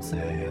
せ。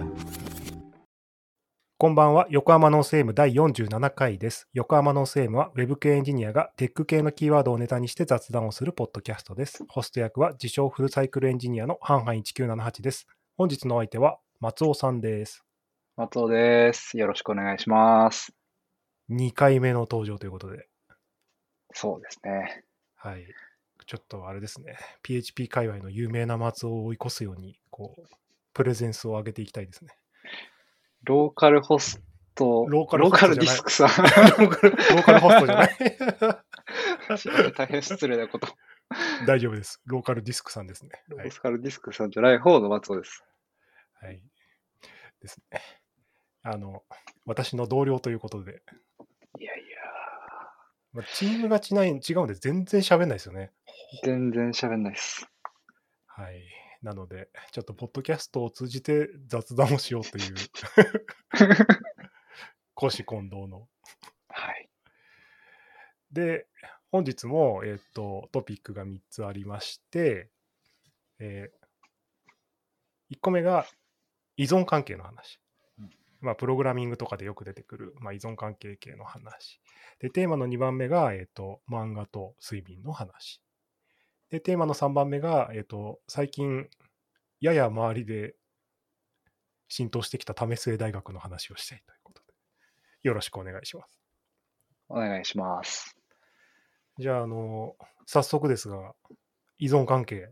こんばんは。横浜ノース M 第47回です。横浜ノース M は Web 系エンジニアがテック系のキーワードをネタにして雑談をするポッドキャストです。ホスト役は自称フルサイクルエンジニアのハンハン1978です。本日のお相手は松尾さんです。 松尾です。よろしくお願いします。 2回目の登場ということで。 そうですね。 はい。ちょっとあれですね。PHP 界隈の有名な松尾を追い越すように、プレゼンスを上げていきたいですね。 ローカルホスト、 ローカルローカホストじゃない。 ルディスクさん。 ローカルホストじゃない。 大変失礼なこと。 大丈夫です。ローカルディスクさんですね。 ロはい。 ーカルディスクさんじゃない方の松尾です。 はい。ですね。私の同僚ということで、 いやいチームが違うんで全然喋んないですよね。 や、全然喋んないです。 はい。なので、ちょっとポッドキャストを通じて雑談をしようという公私混同の。 はい。 で、本日も、トピックが3つありまして、1個目が依存関係の話。プログラミングとかでよく出てくる、依存関係系の話。で、テーマの2番目が、漫画と睡眠の話。で、テーマの3番目が、最近、やや周りで浸透してきた為末大学の話をしたいということで、よろしくお願いします。 お願いします。 じゃあ、早速ですが、依存関係、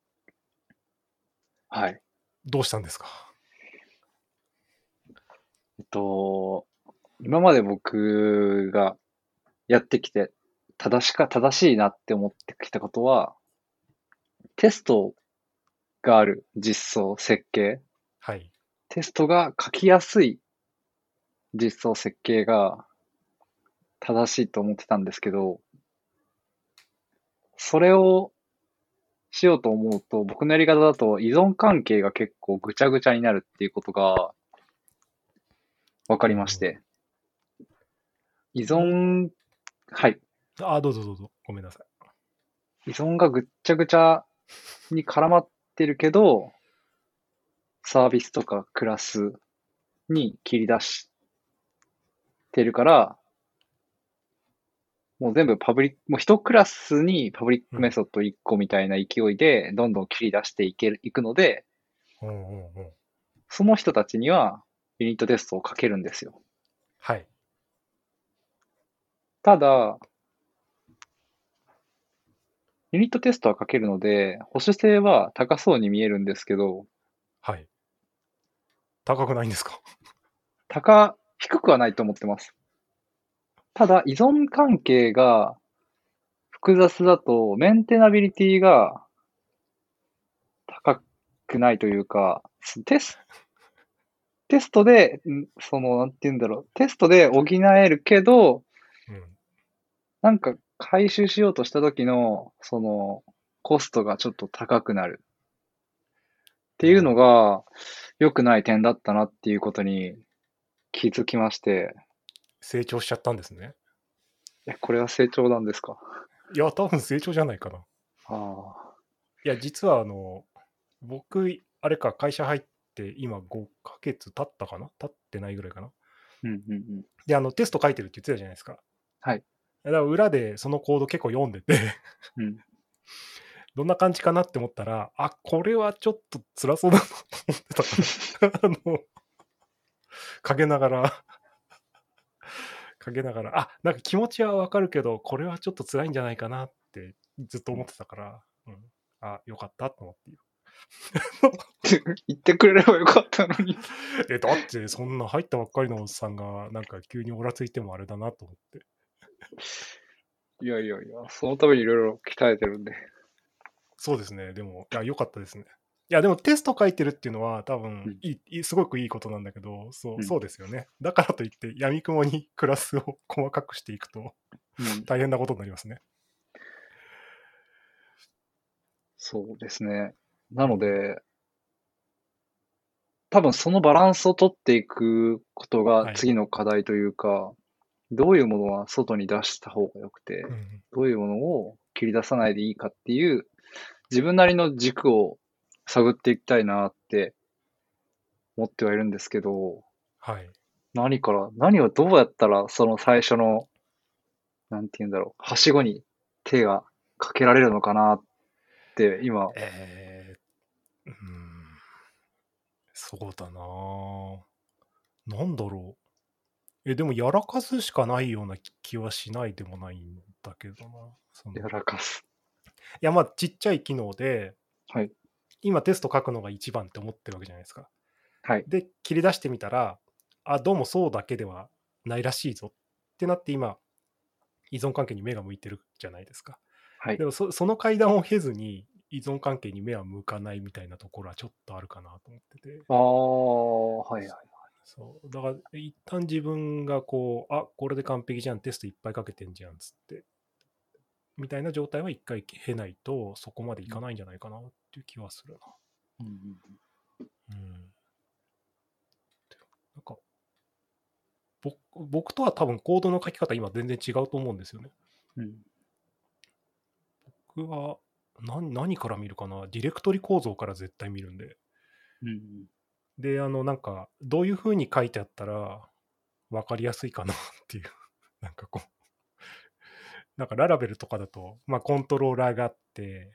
はい。 どうしたんですか？ えっと、今まで僕がやってきて正しいなって思ってきたことは、テストがある実装設計、 はい。 テストが書きやすい実装設計が正しいと思ってたんですけど、それをしようと思うと、僕のやり方だと依存関係が結構ぐちゃぐちゃになるっていうことが分かりましうん。 て、依ど存、はい。 どうぞどうぞ。ごめんなさい。 依存がぐっちゃぐちゃに絡まってるけど、サービスとかクラスに切り出してるから、もう全部もう一クラスにパブリックメうん。 ソッド1個みたいな勢いで、どんどん切り出していくので、 うんうんうん。 その人たちにはユニットテストをかけるんですよ。 はい。 ただ、ユニットテストは書けるので、保守性は高そうに見えるんですけど、 はい。高くないんですか？ 低くはないと思ってます。ただ、依存関係が複雑だと、メンテナビリティが高くないというか、テス、テストで、なんて言うんだろう、テストで補えるけど、 うん。 なんか回収しようとした時の、コストがちょっと高くなるっていうのああ、 が良くない点だったなっていうことに気づきまして、 成長しちゃったんですね。 これは成長なんですか？ いや、多分成長じゃないかな。いああ、 や、実は僕、あれか、会社入って今5ヶ月経ったかな、経ってないぐらいかな。 うんうんうん。 で、テスト書いてるって言ってたじゃないですか。 はい。 だから裏でそのコード結構読んでてうん。 どんな感じかなって思ったら、これはちょっと辛そうだなと思ってたからかけながらなんか気持ちはわかるけど、これはちょっと辛いんじゃないかなってずっと思ってたから、よかったと思って言ってくれればよかったのに。 だってそんな入ったばっかりのおっさんがなんか急にオラついてもあれだなと思って。 いやいやいや、そのためにいろいろ鍛えてるんで。 そうですね。でも、良かったですね。いや、でもテスト書いてるっていうのは多分うん。 すごくいいことなんだけど、 うん。 そうですよね。だからといって闇雲にクラスを細かくしていくとうん。 大変なことになりますね。 そうですね。なうん。 ので、多分そのバランスを取っていくことがはい。 次の課題というか、どういうものは外に出した方が良くて、 うん。 どういうものを切り出さないでいいかっていう自分なりの軸を探っていきたいなって思ってはいるんですけど、 はい。 何をどうやったらその最初の、なんて言うんだろう、はしごに手がかけられるのかなって今、 えそうだなぁ。なんだろう。でもやらかすしかないような気はしないでもないんだけどな。 やらかす。 いや、まあ、ちっちゃい機能で、 はい。 今テスト書くのが一番って思ってるわけじゃないですか。 はい。 で、切り出してみたら、あ、どうもそうだけではないらしいぞってなって今、依存関係に目が向いてるじゃないですか。 はい。 でもその階段を経ずに依存関係に目は向かないみたいなところはちょっとあるかなと思ってて。 ああ、はいはい。 そうだから一旦自分がこう、あ、これで完璧じゃん、テストいっぱいかけてんじゃんっつってみたいな状態は一回経ないとそこまでいかないんじゃないかなっていう気はするな。 うんうんうん。なんか僕とは多分コードの書き方今全然違うと思うんですよね。 うん。 僕は何から見るかな。ディレクトリ構造から絶対見るんで。 うんうんで、なんか、どういう風に書いてあったら分かりやすいかなっていう。なんかこう、なんかララベルとかだと、まあコントローラーがあって、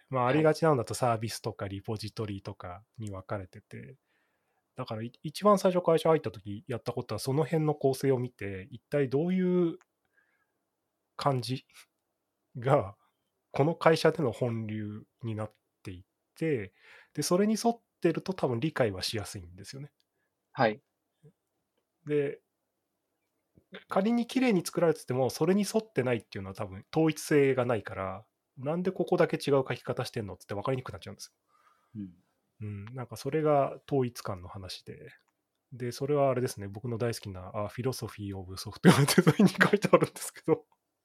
まあありはい。 がちなのだとサービスとかリポジトリとかに分かれてて、だから一番最初会社入った時やったことはその辺の構成を見て、一体どういう感じがこの会社での本流になっていって、で、それに沿ってると多分理解はしやすいんですよね。 はい。 で、仮に綺麗に作られてても、それに沿ってないっていうのは多分統一性がないから、なんでここだけ違う書き方してんのって分かりにくくなっちゃうんですよ。 うん。 うん、なんかそれが統一感の話で、で、それはあれですね、僕の大好きなフィロソフィー・オブ・ソフトウェアデザインに書いてあるんですけど、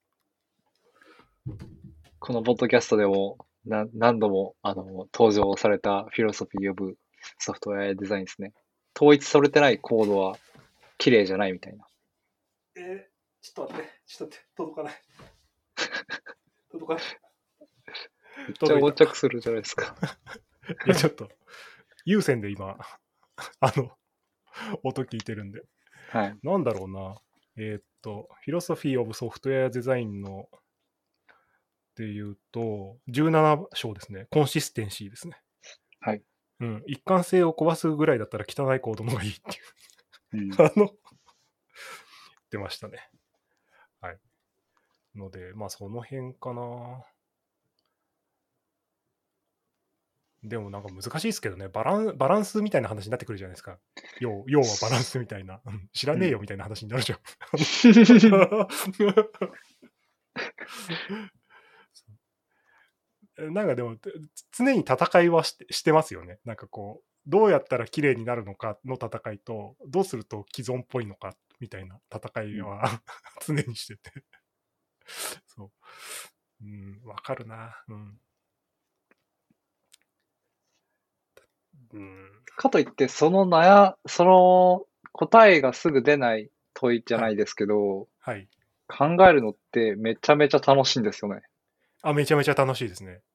このポッドキャストでも何度も登場されたフィロソフィー・オブ・ソフトウェアデザインですね。統一されてないコードは綺麗じゃないみたいな。 ちょっと待って、ちょっと待って、届かない。届かない。 めっちゃ横届いた。 着するじゃないですか。 いや、ちょっと、有線で今、音聞いてるんで。 はい。 なんだろうな。フィロソフィー・オブ・ソフトウェアデザインのっていうと、17章ですね。コンシステンシーですね。 はい。 うん。一貫性を壊すぐらいだったら汚いコードの方がいいっていう。 うん。 言ってましたね。はい。ので、まあその辺かな。でもなんか難しいですけどね、バランスみたいな話になってくるじゃないですか。要はバランスみたいな。知らうん。 ねえよみたいな話になるじゃん。なんかでも、常に戦いはしてますよね。なんかこう、どうやったら綺麗になるのかの戦いと、どうすると既存っぽいのかみたいな戦いうん。 は常にしてて。そう。うん、わかるな。うん。うん。 かといって、その答えがすぐ出ない問いじゃはい。 ないですけど、 はい。 考えるのってめちゃめちゃ楽しいんですよね。 めちゃめちゃ楽しいですね。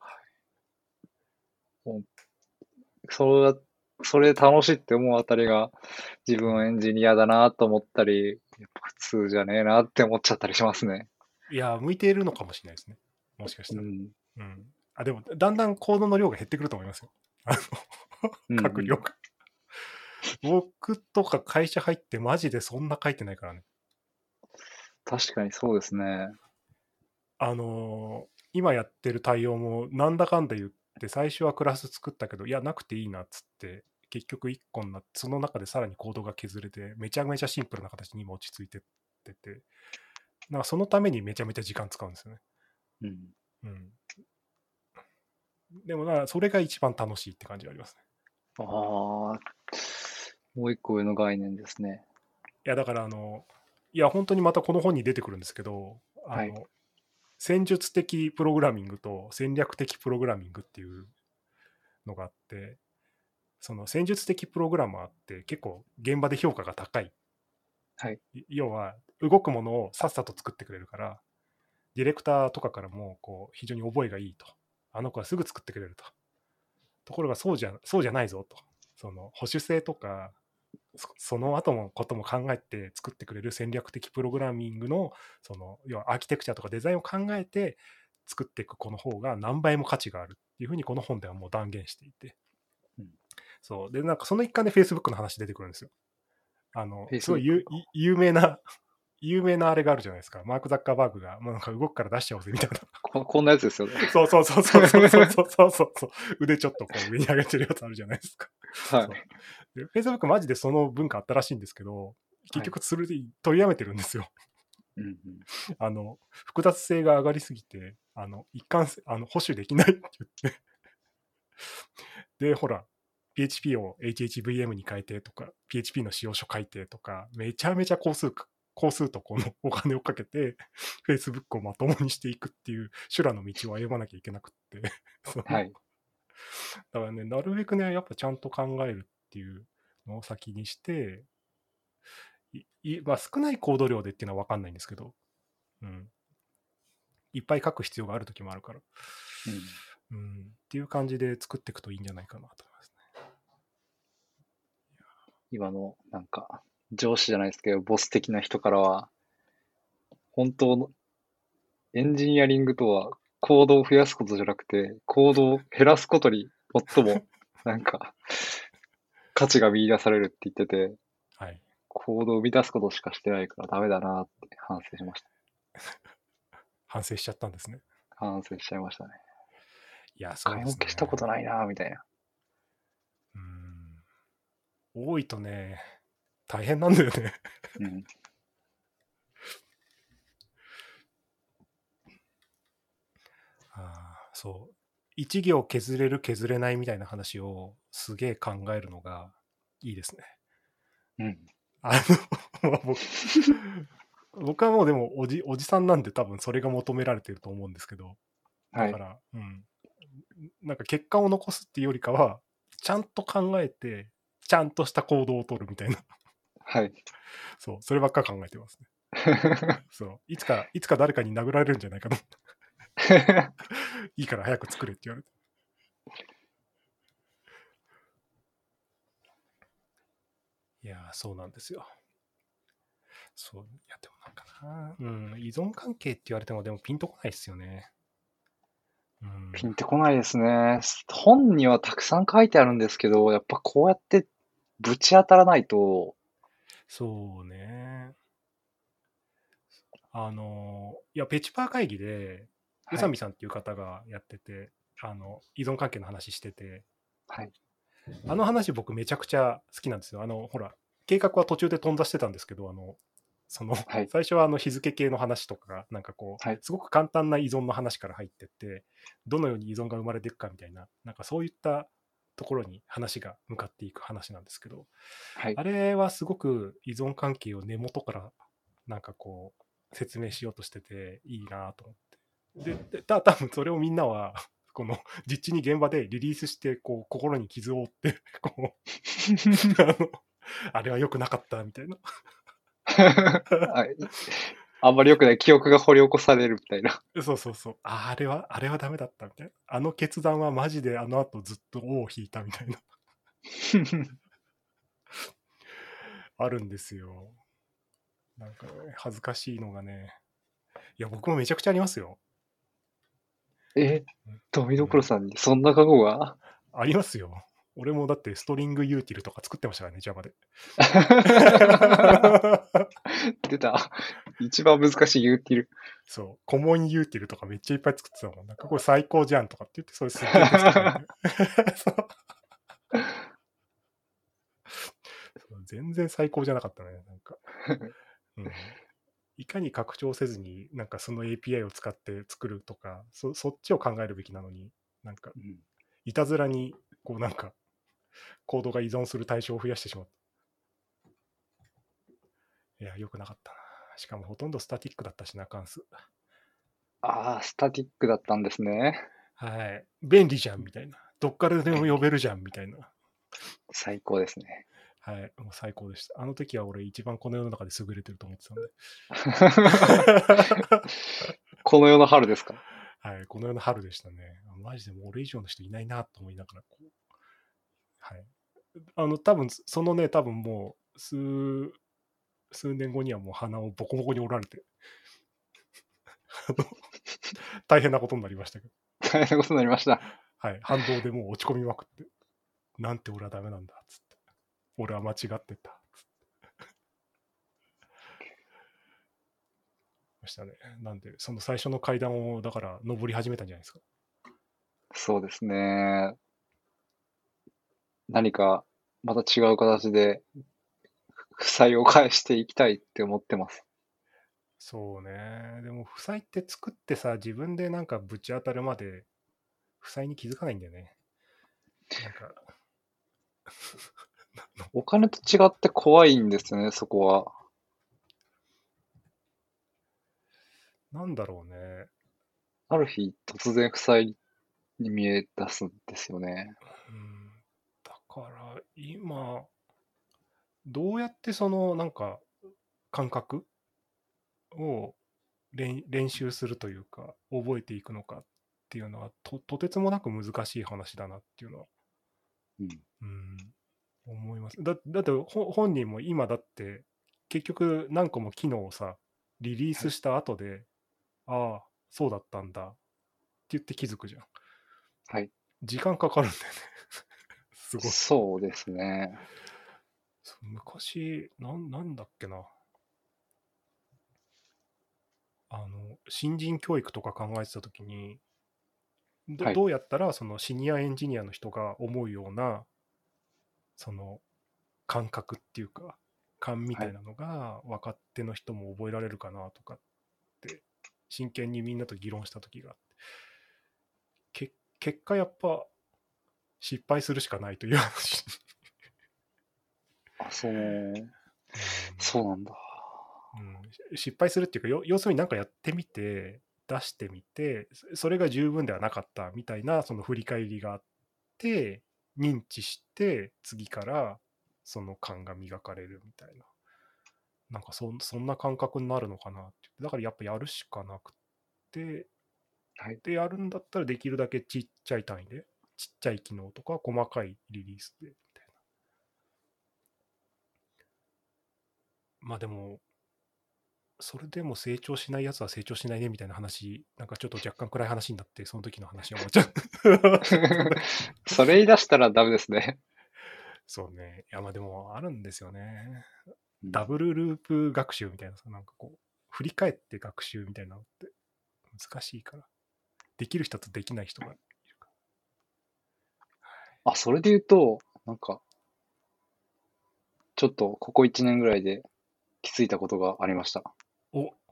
もうそれ楽しいって思うあたりが自分はエンジニアだなと思ったり、やっぱ普通じゃねえなって思っちゃったりしますね。 いや、向いているのかもしれないですね。もしかしたら。 うん。 うん。でも、だんだんコードの量が減ってくると思いますよ。 うんうん。 書く量が。僕とか会社入ってマジでそんな書いてないからね。 確かにそうですね。 今やってる対応もなんだかんだ言って最初はクラス作ったけど、いや、なくていいなっつって、結局1個になって、その中でさらにコードが削れて、めちゃめちゃシンプルな形に今落ち着いてってて、なんかそのためにめちゃめちゃ時間使うんですよね。 うん。 うん。でもな、それが一番楽しいって感じがありますね。 ああ、もう一個上の概念ですね。 いや、だからいや、本当にまたこの本に出てくるんですけど、 はい。 戦術的プログラミングと戦略的プログラミングっていうのがあって、その戦術的プログラマーって結構現場で評価が高い。 はい。 要は動くものをさっさと作ってくれるから、ディレクターとかからもこう非常に覚えがいいと。あの子はすぐ作ってくれると。ところがそうじゃないぞと。 その保守性とか、その後のことも考えて作ってくれる戦略的プログラミングの、その要はアーキテクチャとかデザインを考えて作っていく子の方が何倍も価値があるっていうふうにこの本ではもう断言していて、そうでなんかその一環で Facebook の話出てくるんですよ。すごい有名なあれがあるじゃないですか。マーク・ザッカーバーグが、もうなんか動くから出しちゃおうぜみたいな。 こんなやつですよね。 そう。腕ちょっとこう上に上げてるやつあるじゃないですか。 はい。 で Facebook マジでその文化あったらしいんですけど、結局それで取りやめてるんですよ。複雑性が上がりすぎて、一貫性、保守できないって言って。で、ほら、PHP を HHVM に変えてとか、PHP の使用書書いてとか、めちゃめちゃ工数とこのお金をかけて、Facebook をまともにしていくっていう修羅の道を歩まなきゃいけなくって。 はい。 だからね、なるべくね、やっぱちゃんと考えるっていうのを先にして、まあ、少ないコード量でっていうのは分かんないんですけど、いっぱい書く必要がある時もあるから、っていう感じで作っていくといいんじゃないかなと思いますね。 今のなんか上司じゃないですけど、ボス的な人からは、本当のエンジニアリングとはコードを増やすことじゃなくて、コードを減らすことに最もなんか価値が見出されるって言ってて、 はい、 コードを生み出すことしかしてないからダメだなって反省しました。 反省しちゃったんですね。 反省しちゃいましたね。 いや、そうですね。 買い物消したことないなみたいな。 多いとね、大変なんだよね。そう。一行削れる削れないみたいな話をすげえ考えるのがいいですね。僕はもうでもおじさんなんで多分それが求められてると思うんですけど、だから、なんか結果を残すっていうよりかは、ちゃんと考えて、ちゃんとした行動を取るみたいな。 はい。 そう、そればっか考えてますね。そう、いつか誰かに殴られるんじゃないかな。いいから早く作れって言われて。いやー、そうなんですよ。そう、いや、でもなんかな、依存関係って言われても、でもピンとこないですよね。 ピンとこないですね。本にはたくさん書いてあるんですけど、やっぱこうやってぶち当たらないと。 そうね。いや、ペチパー会議で、宇佐美さんっていう方がやってて、依存関係の話してて、 はい、 あの話僕めちゃくちゃ好きなんですよ。ほら、計画は途中で頓挫してたんですけど、最初は日付系の話とかが、なんかこう、すごく簡単な依存の話から入ってって、どのように依存が生まれていくかみたいな、なんかそういったところに話が向かっていく話なんですけど、あれはすごく依存関係を根元からなんかこう説明しようとしてていいなと思って。で多分それをみんなはこの実地に現場でリリースしてこう心に傷を負ってこうあれは良くなかったみたいなあんまり良くない記憶が掘り起こされるみたいな。 そうあれはダメだったみたいな、あの決断はマジであの後ずっと尾を引いたみたいなあるんですよ。なんか、ね、恥ずかしいのがね、いや僕もめちゃくちゃありますよ。 富所さんにそんな過去がありますよ。俺もだってストリングユーティルとか作ってましたからね、Java で。 出た。一番難しいユーティル。 そう、コモンユーティルとかめっちゃいっぱい作ってたもん。なんかこれ最高じゃんとかって言って、それすっげえテスト書いて全然最高じゃなかったね、なんか。いかに拡張せずに、なんかその API を使って作るとか、そっちを考えるべきなのに、なんか、いたずらに、こうなんか、コードが依存する対象を増やしてしまった。いや、良くなかったな。しかもほとんどスタティックだったしな、関数。 スタティックだったんですね。 はい。便利じゃん、みたいな。どっからでも呼べるじゃん、みたいな。 最高ですね。 はい。もう最高でした。あの時は俺一番この世の中で優れてると思ってたんで。 この世の春ですか？ はい。この世の春でしたね。マジでもう俺以上の人いないなと思いながら、こう。はい。 多分そのね、多分もう数年後にはもう鼻をボコボコに折られて大変なことになりましたけど、 大変なことになりました。 はい、反動でもう落ち込みまくって、なんて俺はダメなんだっつって、俺は間違ってたっつってましたね。なんでその最初の階段をだから登り始めたんじゃないですか。 そうですね。何かまた違う形で負債を返していきたいって思ってます。 そうね。でも負債って作ってさ、自分でなんかぶち当たるまで負債に気づかないんだよね。なんかお金と違って怖いんですよね、そこは。 なんだろうね。 ある日、突然負債に見え出すんですよね。 うん、だから今、どうやってそのなんか感覚を練習するというか、覚えていくのかっていうのはとてつもなく難しい話だなっていうのは、 うん。 うん、思います。だって本人も今だって結局何個も機能をさ、リリーはい。 スした後で、ああ、そうだったんだって言って気づくじゃん。 はい。 時間かかるんだよね。すごい。 そうですね。 昔、なんだっけな。新人教育とか考えてたときに、 はい。 どうやったらそのシニアエンジニアの人が思うような、その感覚っていうか、感みはい。 たいなのが若手の人も覚えられるかなとかって、真剣にみんなと議論したときがあって、結果やっぱ失敗するしかないという話。 あ、 うんそうなんだ。 うん、失敗するっていうか、要するになんかやってみて、出してみて、それが十分ではなかったみたいな、その振り返りがあって、認知して、次からその感が磨かれるみたいな、なんかそんな感覚になるのかなって。だからやっぱやるしかなくて、 はい。 で、やるんだったらできるだけちっちゃい単位で、ちっちゃい機能とか細かいリリースで、みたいな。まあでも、それでも成長しないやつは成長しないねみたいな話、なんかちょっと若干暗い話になって、その時の話は終わっちゃう。ちょっとね。 それ言い出したらダメですね。 そうね。いや、まあでもあるんですよね。 うん。 ダブルループ学習みたいなさ、なんかこう、振り返って学習みたいなのって難しいから。できる人とできない人がいるかあ、それで言うと、なんか、ちょっとここ1年ぐらいで気づいたことがありました。 ら。お、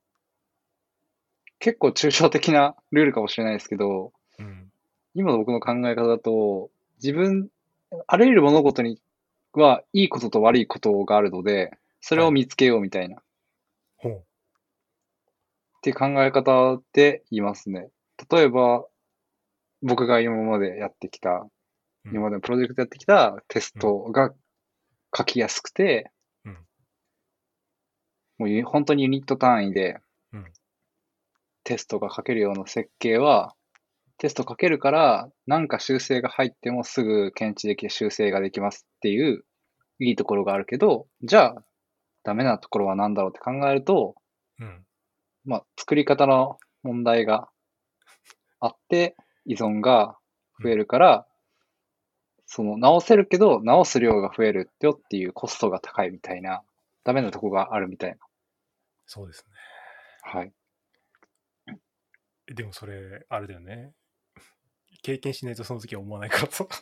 結構抽象的なルールかもしれないですけど、 うん。 今の僕の考え方だと、自分、あらゆる物事にはいいことと悪いことがあるので、それはい。 を見つけようみたいな、っほう。 ていう考え方で言いますね。例えば、僕が今までやってきた、 うん。 今までのプロジェクトやってきたテスうん。 トが書きやすくて、 うん。 もう本当にユニット単位でうん。 テストが書けるような設計は、テスト書けるから、なんか修正が入ってもすぐ検知できて修正ができますっていういいところがあるけど、じゃあダメなところは何だろうって考えると、 うん。 まあ作り方の問題があって依存が増えうん。 るから、その直せるけど直す量が増えるよっていうコストが高いみたいな、ダメなとこがあるみたいな。 そうですね。 はい。 でもそれ、あれだよね。経験しないとその時は思わないからさ。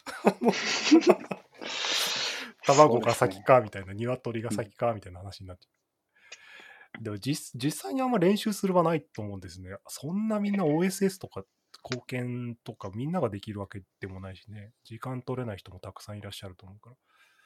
卵がそうですね。 先かみたいな、鶏がうん。 先かみたいな話になっちゃう。でも実際にあんま練習する場ないと思うんですね。そんなみんな OSS とか貢献とかみんなができるわけでもないしね。時間取れない人もたくさんいらっしゃると思うから。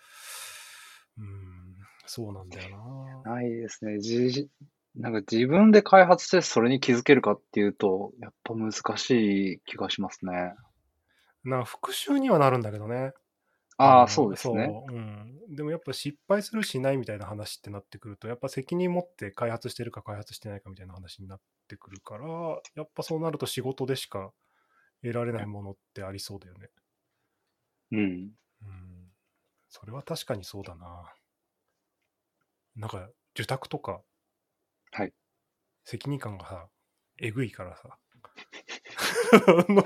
そうなんだよな。 ないですね。なんか自分で開発してそれに気づけるかっていうと、やっぱ難しい気がしますね。 復習にはなるんだけどね。 ああ、そうですね。 そう、うん。でもやっぱ失敗するしないみたいな話ってなってくると、やっぱ責任持って開発してるか開発してないかみたいな話になってくるから、やっぱそうなると仕事でしか得られないものってありそうだよね。 うん。 うん。 それは確かにそうだな。なんか、受託とか、 はい。 責任感がさ、えぐいからさ。あの、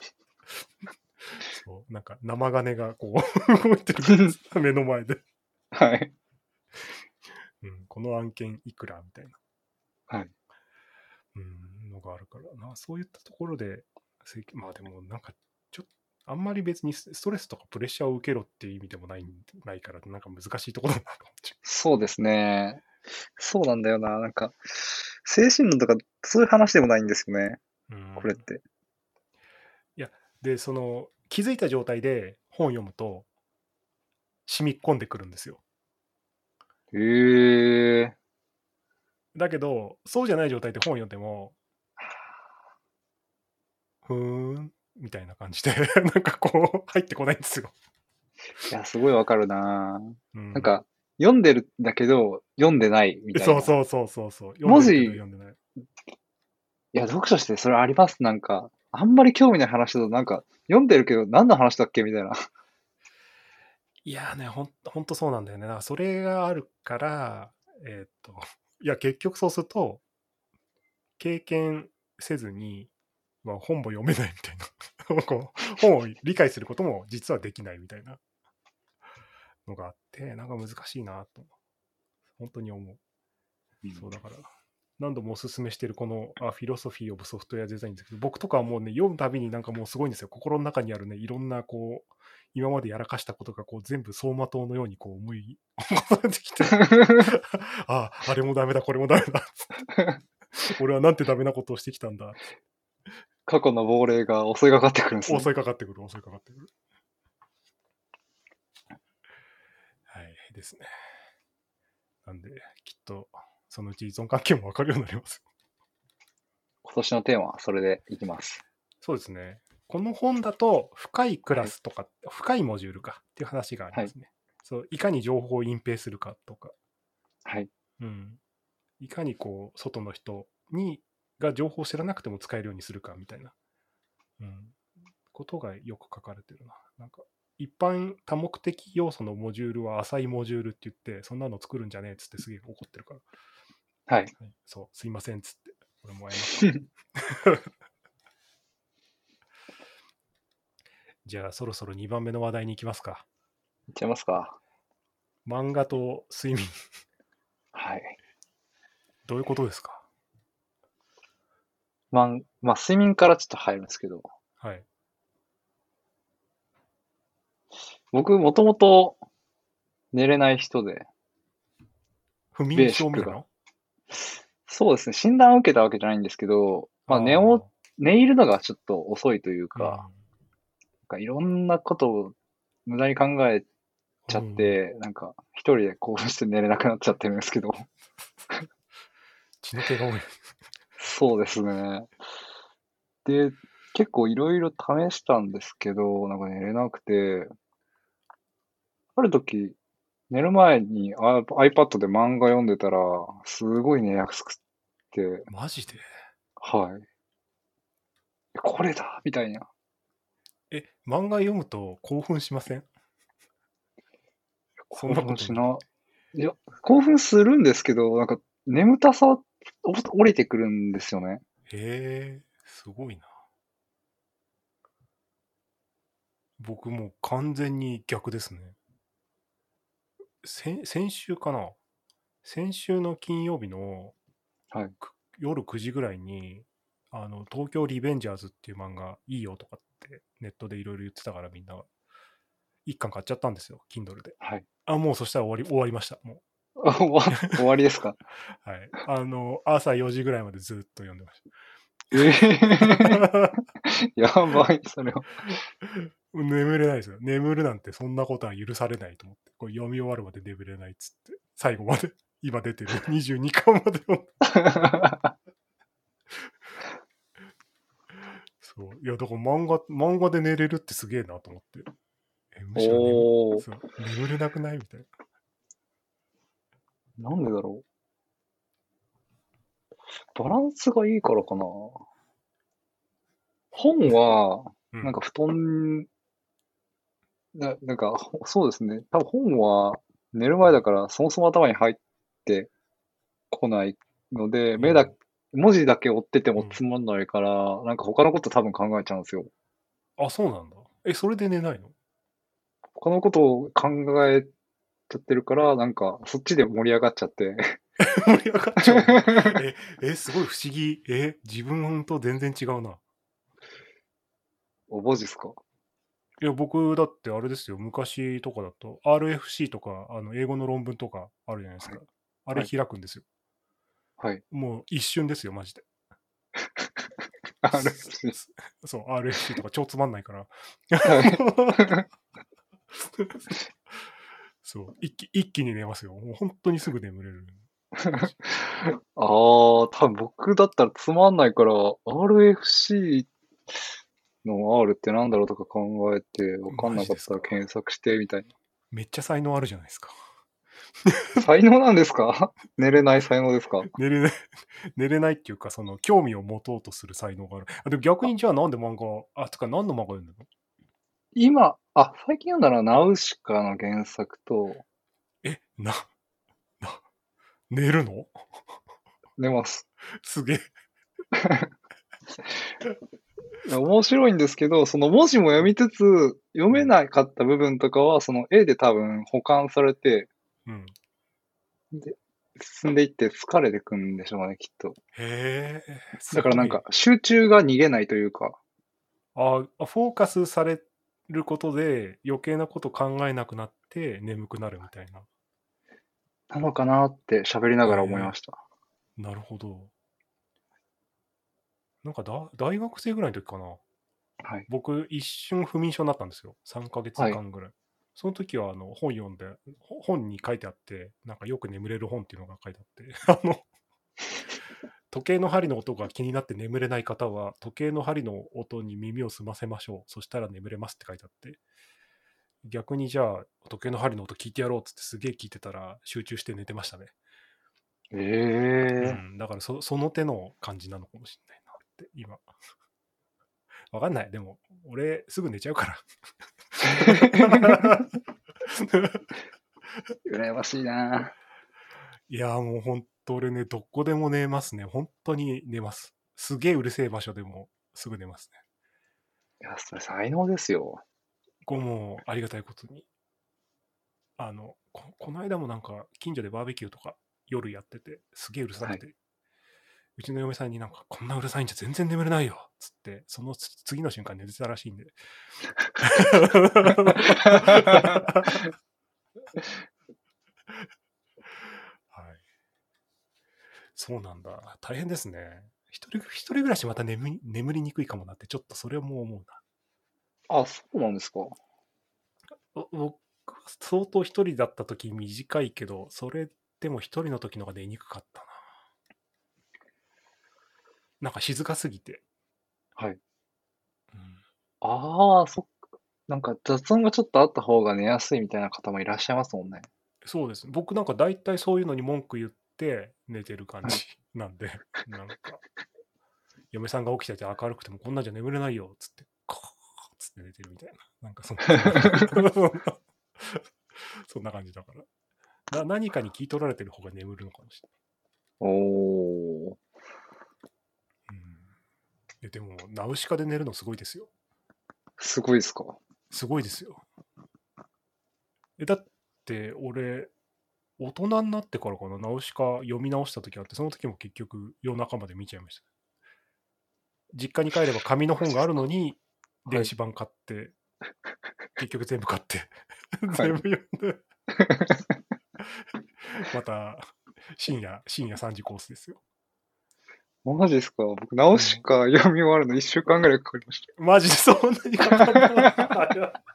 そう、なんか生金がこう動いてるからさ、目の前で、 はい。 うん、この案件いくらみたいな、 はい。 のがあるからな。そういったところで、まあでもなんか、ちょっと、あんまり別にストレスとかプレッシャーを受けろっていう意味でもないから、なんか難しいところだなと思っちゃそうですね。そうなんだよな。なんか、精神論とか、そういう話でもないんですよね。 う。 これって。 いや、で、気づいた状態で本を読むと、染み込んでくるんですよ。 へえ。 だけど、そうじゃない状態で本を読んでも、ふーん、みたいな感じでなんかこう、入ってこないんですよ。 いや、すごいわかるな。 うん。 なんか、読んでるんだけど、読んでないみたいな。 そうそうそうそうそう。読んでるけど文字、い読んでない。 や、読書してそれあります。なんか、あんまり興味ない話だと、なんか、読んでるけど、何の話だっけみたいな。 いやーね、ほんとそうなんだよね。だからそれがあるから、いや、結局そうすると、経験せずに、まあ、本も読めないみたいなこう。本を理解することも実はできないみたいなのがあって、なんか難しいなと、本当に思う。そうだから、何度もおすすめしてるこのフィロソフィー・オブ・ソフトウェア・デザインですけど、僕とかはもうね、読むたびになんかもうすごいんですよ。心の中にあるね、いろんなこう、今までやらかしたことがこう全部走馬灯のようにこう思い起こされてきてあれもダメだ、これもダメだ。俺はなんてダメなことをしてきたんだ。 過去の亡霊が襲いかかってくるんですね。 襲いかかってくる、襲いかかってくる。はいですね。なんで、きっと、そのうち依存関係もわかるようになります。 今年のテーマはそれでいきます。 そうですね。この本だと、深いクはい。 ラスとか、深いモジュールかっていう話がありはい。 ますね。そう、いかに情報を隠蔽するかとか、 はい。 うん。いかにこう、外の人が情報を知らなくても使えるようにするかみたいな、うん、ことがよく書かれてるな。なんか、一般多目的要素のモジュールは浅いモジュールって言って、そんなの作るんじゃねえっつってすげえ怒ってるから、 はい。 はい、そう、すいませんっつって、俺も謝った。じゃあ、そろそろ2番目の話題に行きますか。 いっちゃいますか。 漫画と睡眠。 はい。 どういうことですか？ まあ、睡眠からちょっと入るんですけど、 はい。 僕、もともと寝れない人で、 不眠ベーシックが。 症みたいな。 そうですね。診断を受けたわけじゃないんですけど、まあ、 ああ、 寝入るのがちょっと遅いというか、 うん。 なんかいろんなことを無駄に考えちゃっうん。 て、なんか一人で興奮して寝れなくなっちゃってるんですけど、 血の気が多い。 そうですね。で、結構いろいろ試したんですけど、なんか寝れなくて、ある時、寝る前にiPad で漫画読んでたら、すごい寝やすくて、 マジで？ はい。これだみたいな。 漫画読むと興奮しません？そん興なことない？ 奮しな。いや、興奮するんですけど、なんか眠たさ降りてくるんですよね。 へえ、すごいな。僕もう完全に逆ですね。先週かな。先週の金曜日のはい。 夜9時ぐらいに、東京リベンジャーズっていう漫画いいよとかってネットでいろいろ言ってたからみんなが一巻買っちゃったんですよ、Kindle で。 はい。 もうそしたら終わりました。も終わりですか？ う。はい。朝4時ぐらいまでずっと読んでましええた。 やばい、それは。 眠れないですよ。眠るなんてそんなことは許されないと思って。これ読み終わるまで眠れないっつって。最後まで、今出てる22巻まで読んで。そう。いや、だから漫画で寝れるってすげえなと思って。むしろおー、 そう、眠れなくないみたいな。 なんでだろう。バランスがいいからかな。本は、 うん。 なんか布団なんか、そうですね。多分本は寝る前だからそもそも頭に入ってこないので、 うん。 文字だけ追っててうん。 もつまんないから、なんか他のこと多分考えちゃうんですよ。 あ、そうなんだ。それで寝ないの？ 他のことを考えちゃってるから、なんかそっちで盛り上がっちゃって。 盛り上がっちゃうんだ。すごい不思議。自分と全然違うな。 お、文字っすか？ いや、僕だってあれですよ。昔とかだと RFC とか、英語の論文とかあるじゃないですか。 はい。 あれはい。 開くんですよ。 はい。 もう一瞬ですよ、マジで。 あるし。 そう、RFC とか超つまんないから。 はい。 そう、一気に寝ますよ。もう本当にすぐ眠れる感じ。 ああ、多分僕だったらつまんないから、RFC の R ってなんだろうとか考えて、わかんマなかったらジですか。 検索してみたいな。 めっちゃ才能あるじゃないですか。 才能なんですか？寝れない才能ですか？ 寝れない、寝れないっていうか、その興味を持とうとする才能がある。でも逆あ、 にじゃあなんで漫画、つか何の漫画読んでるの？ 最近読んだのはナウシカの原作と、 え、な、な、寝るの？ 寝ます。 すげえ。 面白いんですけど、その文字も読みつつ、読めうん。 なかった部分とかは、その絵で多分保管されて、 うん。 で、進んでいって疲れてくんでしょうね、きっと。 へえ、すだからなんかごい。 集中が逃げないというか、 フォーカスされることで余計なこと考えなくなって眠くなるみたいな。 なのかなって喋りながら思いへえ、 ました。 なるほど。なんか大学生ぐらいの時かな。 はい。 僕、一瞬不眠症になったんですよ。3ヶはい。 月間ぐらい。その時は本読んで、本に書いてあって、なんかよく眠れる本っていうのが書いてあって、時計の針の音が気になって眠れない方は、時計の針の音に耳を澄ませましょう。そしたら眠れますって書いてあって、逆にじゃあ、時計の針の音聞いてやろうっつってすげえ聞いてたら集中して寝てましたね。うええん、だからその手の感じなのかもしれないなって今。わかんない。でも、俺すぐ寝ちゃうから。 羨ましいな。 いやーもう本当俺ね、どこでも寝ますね。本当に寝ます。すげえうるせえ場所でもすぐ寝ますね。 いや、それ才能ですよ。 こうもありがたいことに。この間もなんか近所でバーベキューとか夜やってて、すげえうるさはい。 くて、うちの嫁さんになんかこんなうるさいんじゃ全然眠れないよつって、その次の瞬間寝てたらしいんで。はい。そうなんだ。大変ですね。一人暮らしまた眠りにくいかもなって、ちょっとそれも思うな。 あ、そうなんですか。 僕は相当一人だった時短いけど、それでも一人の時の方が寝にくかったな。なんか静かすぎて。 はい。 うん、 ああ、なんか雑音がちょっとあった方が寝やすいみたいな方もいらっしゃいますもんね。 そうですね。僕なんか大体そういうのに文句言って寝てる感じはい。 なんで、なんか、嫁さんが起きてて明るくてもこんなんじゃ眠れないよ、つって、コーッつって寝てるみたいな。なんかそんなそんな感じだから。何かに聞い取られてる方が眠るのかもしおー、 れない。でも、ナウシカで寝るのすごいですよ。 すごいですか。 すごいですよ。だって、俺、大人になってからかな、ナウシカ読み直した時あって、その時も結局夜中まで見ちゃいました。実家に帰れば紙の本があマジですか。 るのに、 はい。 電子版買って、結局全部買ってはい。 全部読んでまた深夜3時コースですよ。 マジですか。僕、ナウうん。 シカ読み終わるの1週間ぐらいかかりましマジでそんなにかかんた。 な。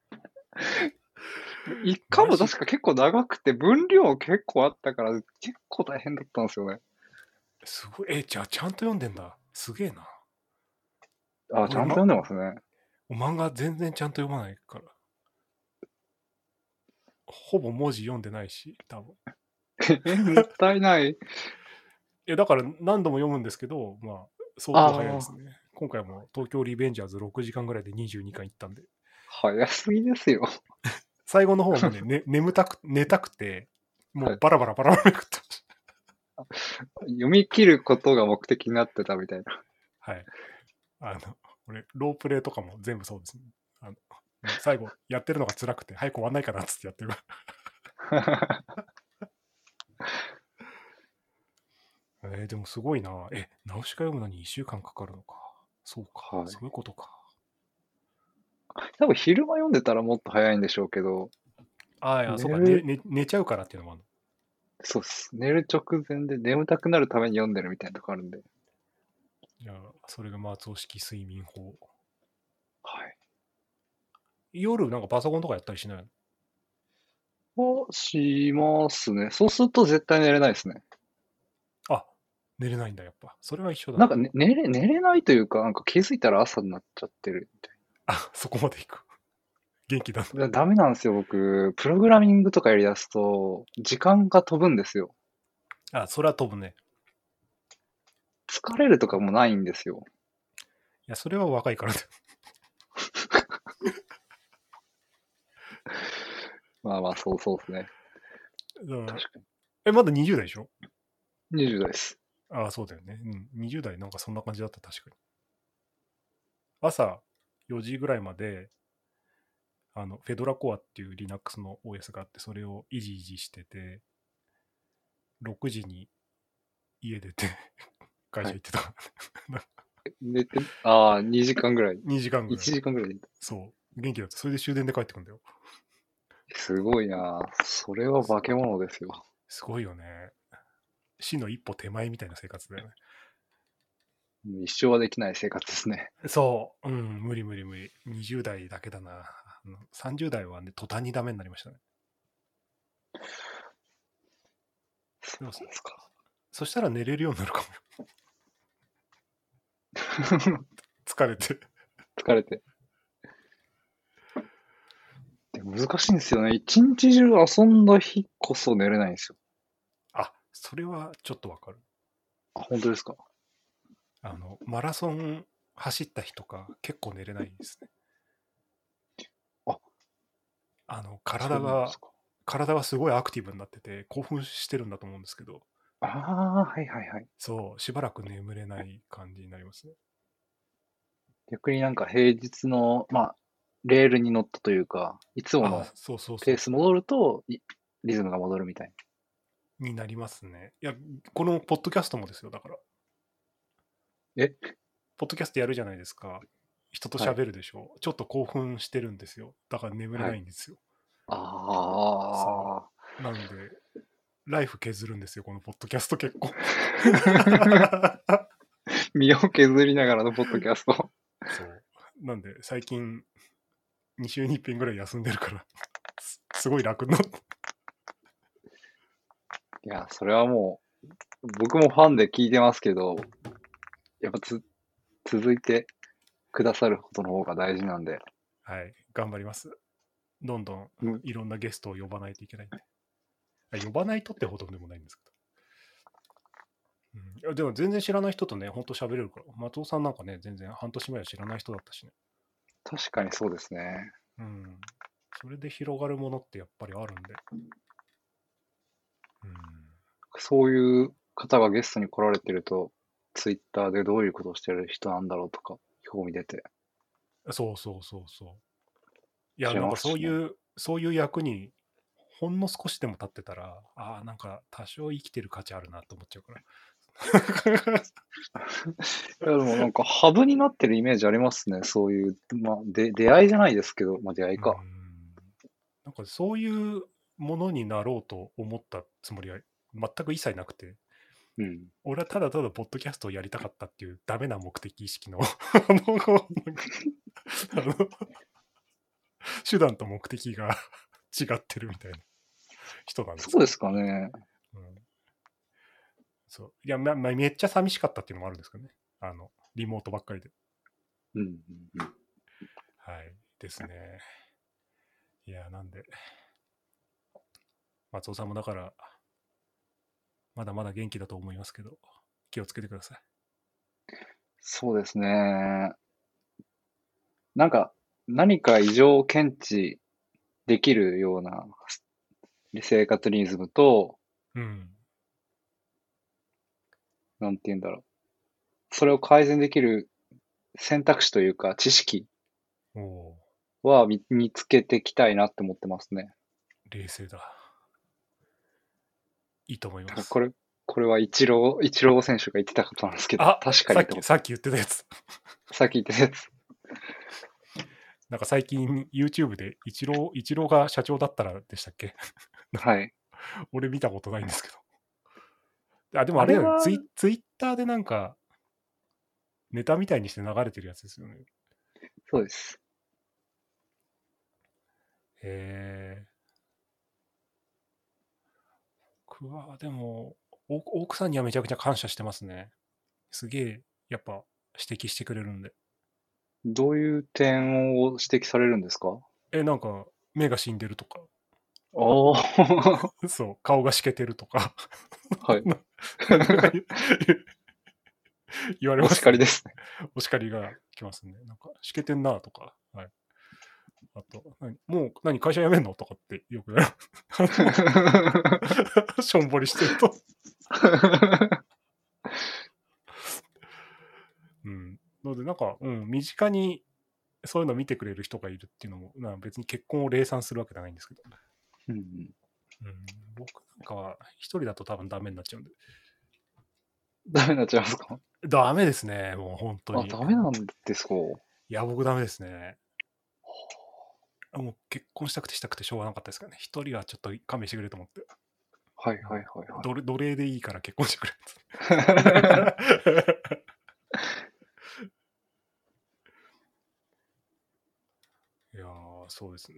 一巻マジか。 も確か結構長くて、分量結構あったから、結構大変だったんですよね。 すごい。じゃあちゃんと読んでんだ。すげえな。 あ、ちゃ俺、 んと読んでますね。 漫画全然ちゃんと読まないから。ほぼ文字読んでないし、多分。 もったいない。 だから何度も読むんですけど、まあ、相当早いであすね。今回も東京リベンジャーズ6時間ぐらいで22巻行ったんで。 早すぎですよ。 最後の方もね、寝たくて、もはい。 うバラバラバラバラめくってました。 読み切ることが目的になってたみたいな。 はい。俺、ロープレイとかも全部そうですね。もう最後、やってるのが辛くて、早く終わんないかなっつってやってる。でもすごいな。ナウシカ読むのに1週間かかるのか。そうか。 はい。 そういうことか。 多分昼間読んでたらもっと早いんでしょうけど、 ああ、いや、そうか、 寝る、 寝ちゃうからっていうのもあるの。 そうっす。寝る直前で眠たくなるために読んでるみたいなとこあるんで。 いや、それが松尾式睡眠法。 はい。 夜なんかパソコンとかやったりしないの？ しますね。そうすると絶対寝れないですね。 あ、寝れないんだ、やっぱ。それは一緒だな。 なんか、寝れないというか、なんか気づいたら朝になっちゃってるみたいあ、そこまで行く。元気だな。ダメなんですよ、僕。プログラミングとかやり出すと、時間が飛ぶんですよ。 な。あ、それは飛ぶね。 疲れるとかもないんですよ。 いや、それは若いからね。 まあまあ、そうですね。 だから確かまだ20代でしょ？ に。20代です。 ああ、そうだよね。うん。20代なんかそんな感じだった、確かに。朝4時ぐらいまで、フェドラコアっていう Linux の OS があって、それをいじいじしてて、6時に家出て、会はい。 社行ってた。 2時間ぐらい。 2時間ぐらい。 1時間ぐらい。 そう。元気だった。それで終電で帰ってくんだよ。 すごいな。それは化け物ですよ。 すごいよね。死の一歩手前みたいな生活だよね。 一生はできない生活ですね。 そう。うん、無理無理無理。20代だけだな。30代はね、途端にダメになりましたね。 そでもうなんですか。 そしたら寝れるようになるかもよ。疲れて。 疲れて。でも難しいんですよね。一日中遊んだ日こそ寝れないんですよ。 あ、それはちょっとわかる。 あ、本当ですか。 マラソン走った日とか結構寝れないですね。 あ、そうなんですか。 体がすごいアクティブになってて興奮してるんだと思うんですけど、 ああ、はいはいはい。 そう、しばらく眠れない感じになりますね。 逆になんか平日の、まあ、レールに乗ったというか、いつもあ、 のそうそうそうそペース戻ると、リズムが戻るみたいう。になりますね。いや、このポッドキャストもですよ。だから、 な。え、 ポッドキャストやるじゃないですか。人とはい、 喋るでしょ。ちょっと興奮してるんですよ。だから眠れはい。 ないんですよ。そあう。なんで、ライフ削るんですよ、このポッドキャスト結構。 あ。身を削りながらのポッドキャスト。 そう。なんで、最近、2週に1遍ぐらい休んでるからすごい楽になって。 いや、それはもう、僕もファンで聞いてますけど、やっぱ続いてくださることの方が大事なんで。 はい、頑張ります。どんどんうん、 いろんなゲストを呼ばないといけないんで。呼ばないとってほどでもないんですけど。いやでも全然知らない人とね、ほんと喋れるから。松尾さんなんかね、全然半年前は知らない人だったしね。 確かにそうですね。 うん。それで広がるものってやっぱりあるんで。 そういう方がゲストに来られてると、ツイッターでどういうことをしてる人なんだろうとか、興味出てそうそうそうそう。いや、 知れなんかますしね。 そういう役にほんの少しでも立ってたら、ああ、なんか多少生きてる価値あるなと思っちゃうから。 いや、でもなんかハブになってるイメージありますね。そういう、まあ、出会いじゃないですけど、まあ出会いうか。 ん。なんかそういうものになろうと思ったつもりは全く一切なくて、 うん。 俺はただただポッドキャストをやりたかったっていうダメな目的意識のあの手段と目的が違ってるみたいな人なんですけど。 そうですかね。 うん、そう。いや、めっちゃ寂しかったっていうのもあるんですけどね。リモートばっかりで。 うんうんうん。 はい。ですね。いや、なんで、松尾さんもだから、まだまだ元気だと思いますけど、気をつけてください。 そうですね。なんか、 何か異常を検知できるような生活リズムと、 うん。 なんて言うんだろう。それを改善できる選択肢というか知識おお、 は身につけていきたいなって思ってますね。 冷静だ。いいと思います。 だからこれはイチロー選手が言ってたことなんですけど、 あ、 確かにと思って。 さっき言ってたやつ。 さっき言ってたやつ。 なんか最近 YouTube でイチローが社長だったらでしたっけ？ はい。 俺見たことないんですけど。あ、でもあれだよね。 あれは、 ツイッターでなんかネタみたいにして流れてるやつですよね。 そうです。 え僕はでも、奥さんにはめちゃくちゃ感謝してますね。すげえ、やっぱ指摘してくれるんで。 どういう点を指摘されるんですか？ なんか、目が死んでるとか、 おー。 そう、顔がしけてるとか、 はい。 言われおますね。 叱りですね。 お叱りが来ますね。なんか、しけてんなとか、はい。あと、もう、会社辞めんのとかってよく言われる。しょんぼりしてると。うん。ので、なんか、身近にそういうの見てくれる人がいるっていうのも、別に結婚を礼賛するわけじゃないんですけど、 うん、 うん、僕なんかは一人だと多分ダメになっちゃうんで。 ダメになっちゃいますか？ ダメですね、もう本当あ、 に。 ダメなんですか？ いや、僕ダメですね。もう結婚したくてしょうがなかったですからね。一人はちょっと勘弁してくれと思って。 はいはいはいはい。 奴隷でいいから結婚してくれいやー、そうですね。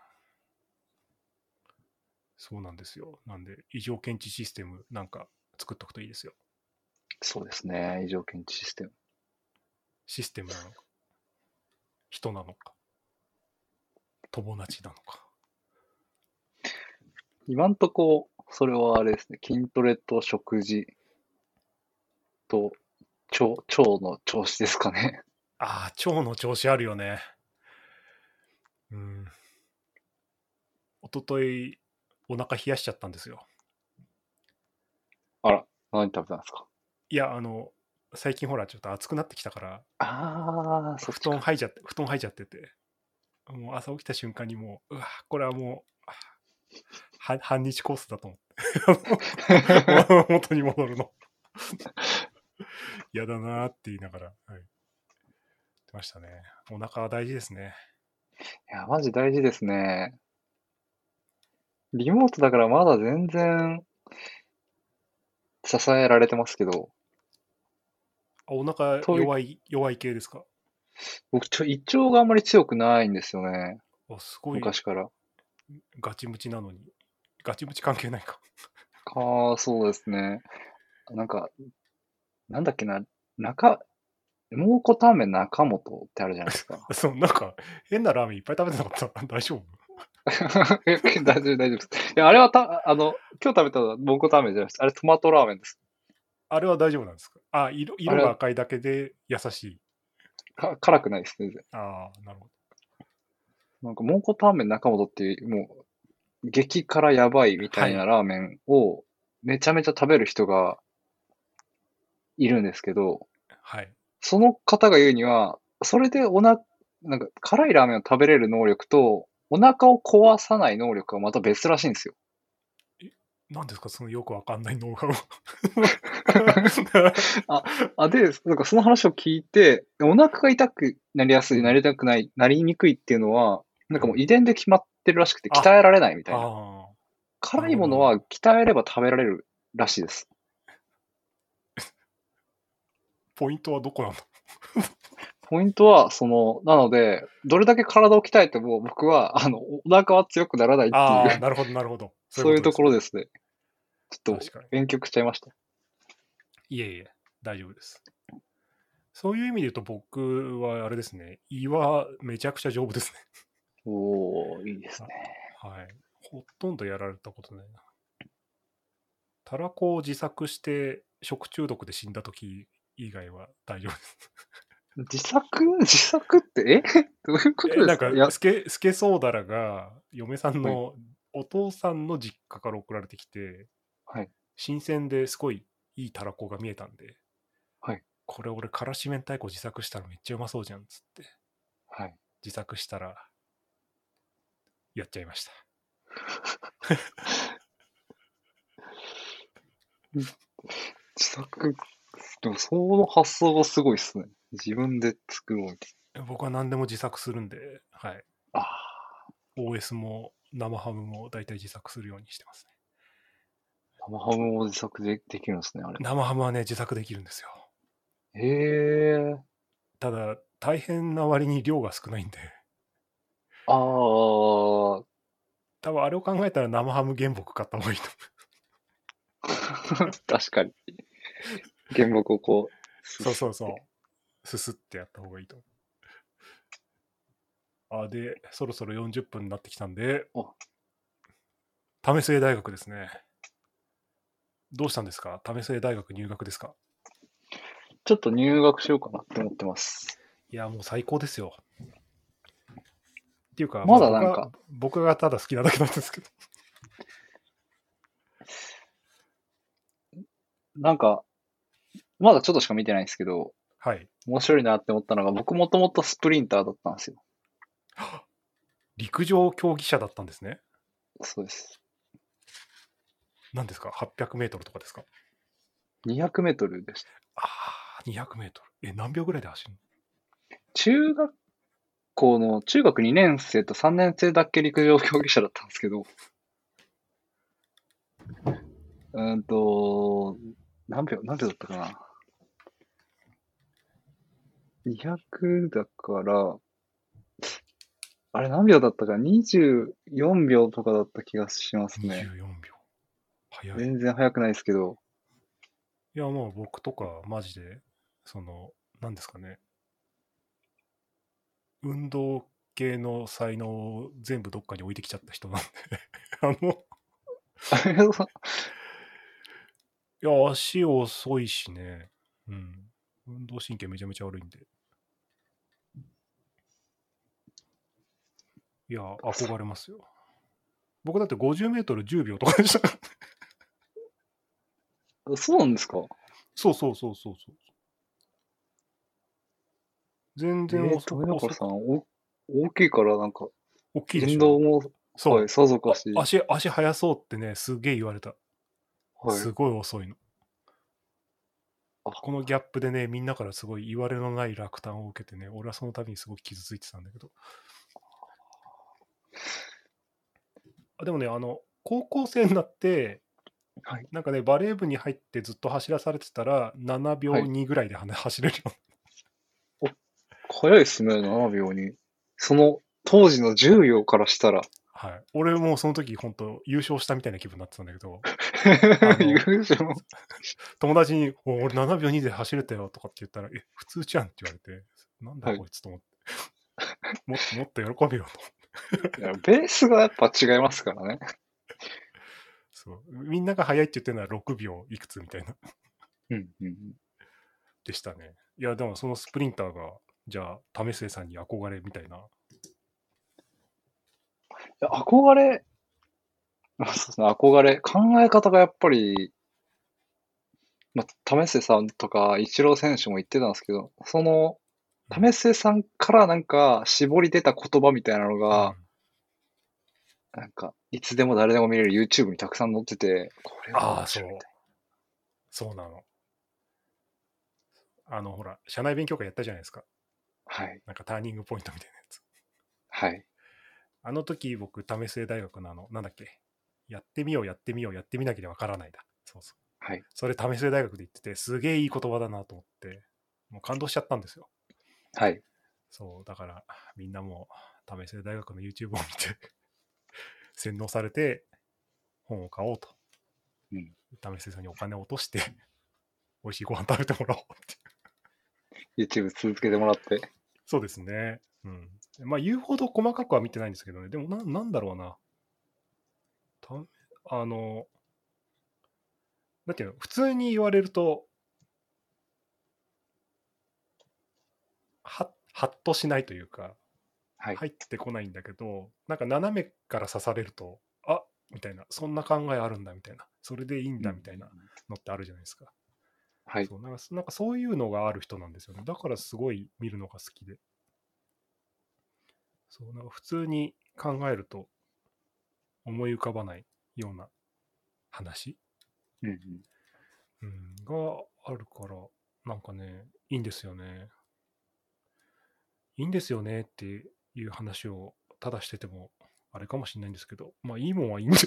そうなんですよ。なんで、異常検知システムなんか作っとくといいですよ。 そうですね。異常検知システム。 システムなのか、人なのか、友達なのか。 今んとこ、それはあれですね。筋トレと食事と腸の調子ですかね。 ああ、腸の調子あるよね。うん。一昨日お腹冷やしちゃったんですよ。 あら、何食べたんですか？ いや、最近ほら、ちょっと暑くなってきたから、 ああ、そっちか。 布団吐いちゃってて、もう朝起きた瞬間にもう、うわ、これはもう、半日コースだと思って。元に戻るの。嫌だなーって言いながら、はい、言ってましたね。お腹は大事ですね。 いや、マジ大事ですね。リモートだからまだ全然支えられてますけど、 お腹そういう、 弱い系ですか？ 僕胃腸があんまり強くないんですよね。 すごい昔から。 ガチムチなのに。ガチムチ関係ないか。 そうですね。なんか、なんだっけな、蒙古タンメン中本ってあるじゃないですか。 そう、なんか、変なラーメンいっぱい食べてなかった。大丈夫？ 大丈夫、大丈夫です。いや、あれは今日食べたのは蒙古タンメンじゃないです。あれトマトラーメンです。 あれは大丈夫なんですか？ あれは色が赤いだけで優しい。 辛くないです、全然。 ああ、なるほなんか蒙古タンメン中本っていう、もう、激辛やばいみたはい。 いなラーメンをめちゃめちゃ食べる人がいるんですけど、 はい。 その方が言うには、それでなんか辛いラーメンを食べれる能力と、お腹を壊さない能力がまた別らしいんですよ。 何ですかそのよくわかんないノウハウ。 あ、で、なんかその話を聞いて、お腹が痛くなりやすい、なうん。 りたくない、なりにくいっていうのは、なんかもううん。 遺伝で決まってるらしくて、鍛あ、 えられないみたいな。 ああ、なるほど、 辛いものなるほど。 は鍛えれば食べられるらしいです。 ポイントはどこなの？ ポイントは、なので、どれだけ体を鍛えても、僕は、お腹は強くならないっていう、 ああ、なるほど、なるほど。そういうそういうとことですね。 ころですね。ちょっと、 確かに。 勉強しちゃいました。 いえいえ、大丈夫です。そういう意味で言うと僕はあれですね、胃はめちゃくちゃ丈夫ですね。 おー、いいですあ、 ね。 はい。ほとんどやられたことないな。たらこを自作して食中毒で死んだ時以外は大丈夫です。 自作ってどういうことなんかですか？いや、 スケソーダラが嫁さんはい、 のお父さんの実家から送られてきて、 はい、 新鮮ですごいいいたらこが見えたんで、 はい、 これ俺からし明太子自作したらめっちゃうまそうじゃんっつってはい。 自作したらやっちゃいました。 自作、でもその発想がすごいっすね。自分で作ろうみたい僕は何でも自作するんで、はい。 な。あ OS も生ハムも大体自作するようにしてますね。 あ、生ハムを自作できるんですね、あれ。 生ハムはね、自作できるんですよ。 へえ。 ただ、大変な割に量が少ないんで、 ああ、 多分あれを考えたら生ハム原木買った方がいいと確かに。原木をこう、す思う。 すって。 そうそうそう。すすってやった方がいいと思う。で、そろそろ40分になってきたんで、 あ、 為末大学ですね。どうしたんですか？為末大学入学ですか？ ちょっと入学しようかなって思ってます。 いや、もう最高ですよ。っていうか、ままあだなんか、 僕がただ好きなだけなんですけど。 なんか、まだちょっとしか見てないんですけど、 はい。 面白いなって思ったのが、僕もともとスプリンターだったんですよ。 陸上競技者だったんですね。 そうです。 何ですか？ 800 メートルとかですか？ 200メートルでした。 200メートル。何秒ぐらいで走るの？ 中学2年生と3年生だけ陸上競技者だったんですけど、うーんと、何秒だったかな。200だから、あれ何秒だったか、24秒とかだった気がしますね。 24秒。早い。 全然速くないですけど、 いや、もう僕とか、マジで、その、何ですかね、運動系の才能を全部どっかに置いてきちゃった人なんであれは、 いや、足遅いしね、うん。運動神経めちゃめちゃ悪いんで。いや、憧れますよ。僕だって50メートル10秒とかでしたから。 そうなんですか？ そうそうそうそうそう。全然豊中さん、 遅く、 大きいからなんか、 大きいでしょ？ 運動も、はい、 そう。 さぞかし、 足速そうってね、すげえ言われた。 はい。 すごい遅いの。 あ、 このギャップでね、みんなからすごい言われのない落胆を受けてね、俺はその度にすごく傷ついてたんだけど。でもね、高校生になって、 はい、 なんかね、バレー部に入ってずっと走らされてたら、7秒はい。 2ぐらいで走れるよ。 お、早いですね、7秒に。その、当時の10秒からしたら、 はい。俺もその時、本当優勝したみたいな気分になってたんだけど、 優あの、 勝。 友達に、俺7秒2で走れたよとかって言ったら、普通じゃんって言われて、なんだはい。 こいつと思って、もっと喜べよと。 いや、ベースがやっぱ違いますからね。 そう。みんなが速いって言ってるのは6秒いくつみたいな。 うん、うん。いでしたね。いや、でもそのスプリンターが、じゃあ、為末さんに憧れみたいな。 や、憧れ、そうですね、憧れ。考え方がやっぱり、為末さんとか、イチロー選手も言ってたんですけど、その、 うん。 為末さんからなんか、絞り出た言葉みたいなのが、 うん。 なんか、いつでも誰でも見れる YouTube にたくさん載ってて、これは面白いみたいそうなの。ほら、社内勉強会やったじゃないですか。 な。はい。 なんかターニングポイントみたいなやつ。 はい。 あの時、僕、為末大学のなんだっけ、やってみよう、やってみよう、やってみなきゃわからないだ。そうそう。 はい。 それ、為末大学で言ってて、すげえいい言葉だなと思って、もう感動しちゃったんですよ。 はい。 そう、だから、みんなも、為末大学の YouTube を見て洗脳されて、本を買おうと。 うん。 為末さんにお金を落として、美味しいご飯食べてもらおうって。 YouTube 続けてもらって。 そうですね。うん。まあ、言うほど細かくは見てないんですけどね。でもなんだろうな。たあの、だっていうの、普通に言われると、 ハッとしないというか、 はい。 入ってこないんだけど、なんか斜めから刺されると、あみたいな、そんな考えあるんだみたいな、それでいいんだみたいなのってあるじゃないですか。 はい。 そうなんかそういうのがある人なんですよね。だからすごい見るのが好きで。そうなんか普通に考えると思い浮かばないような話、 うんうん。 があるから、なんかね、いいんですよね。いいんですよねっていう話をただしてても、あれかもしれないんですけど、まあいいもんはいいんで。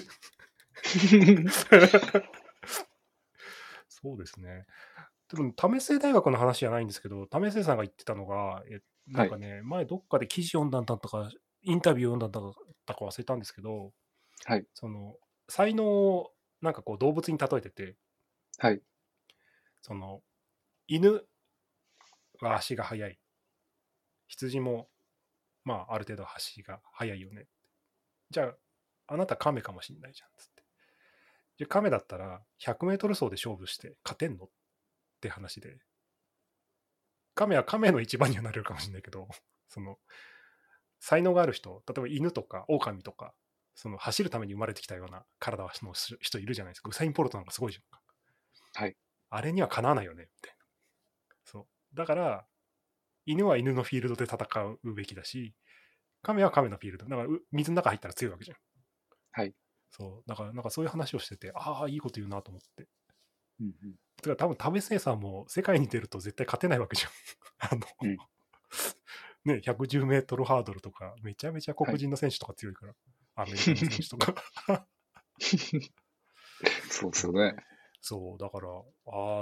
そうですね。でも、為末大学の話じゃないんですけど、為末さんが言ってたのが、なはい。 んかね、前どっかで記事読んだんだとか、インタビュー読んだんだとか忘れたんですけど、 はい。 その、才能をなんかこう動物に例えてて、 はい。 その、犬は足が速い。羊も、まあ、ある程度足が速いよね。じゃあ、あなた亀かもしんないじゃん。つって。じゃあ、亀だったら、100メートル走で勝負して勝てんのって話で、亀は亀の一番にはなれるかもしれないけど、その、才能がある人、例えば犬とか狼とか、その走るために生まれてきたような体の人いるじゃないですか。ウサイン・ポルトなんかすごいじゃん。 はい。 あれにはかなわないよね、みたいな。そう。だから、犬は犬のフィールドで戦うべきだし、亀は亀のフィールド。だから水の中入ったら強いわけじゃん。 はい。 そう。だからなんかそういう話をしてて、ああ、いいこと言うなと思って。 うんうん。 てか多分、為末さんも世界に出ると絶対勝てないわけじゃん。 うん。 ね、110メートルハードルとか、めちゃめちゃ黒はい。 人の選手とか強いから、アメリカの選手とか。 そうですよね。 そう、そうだから、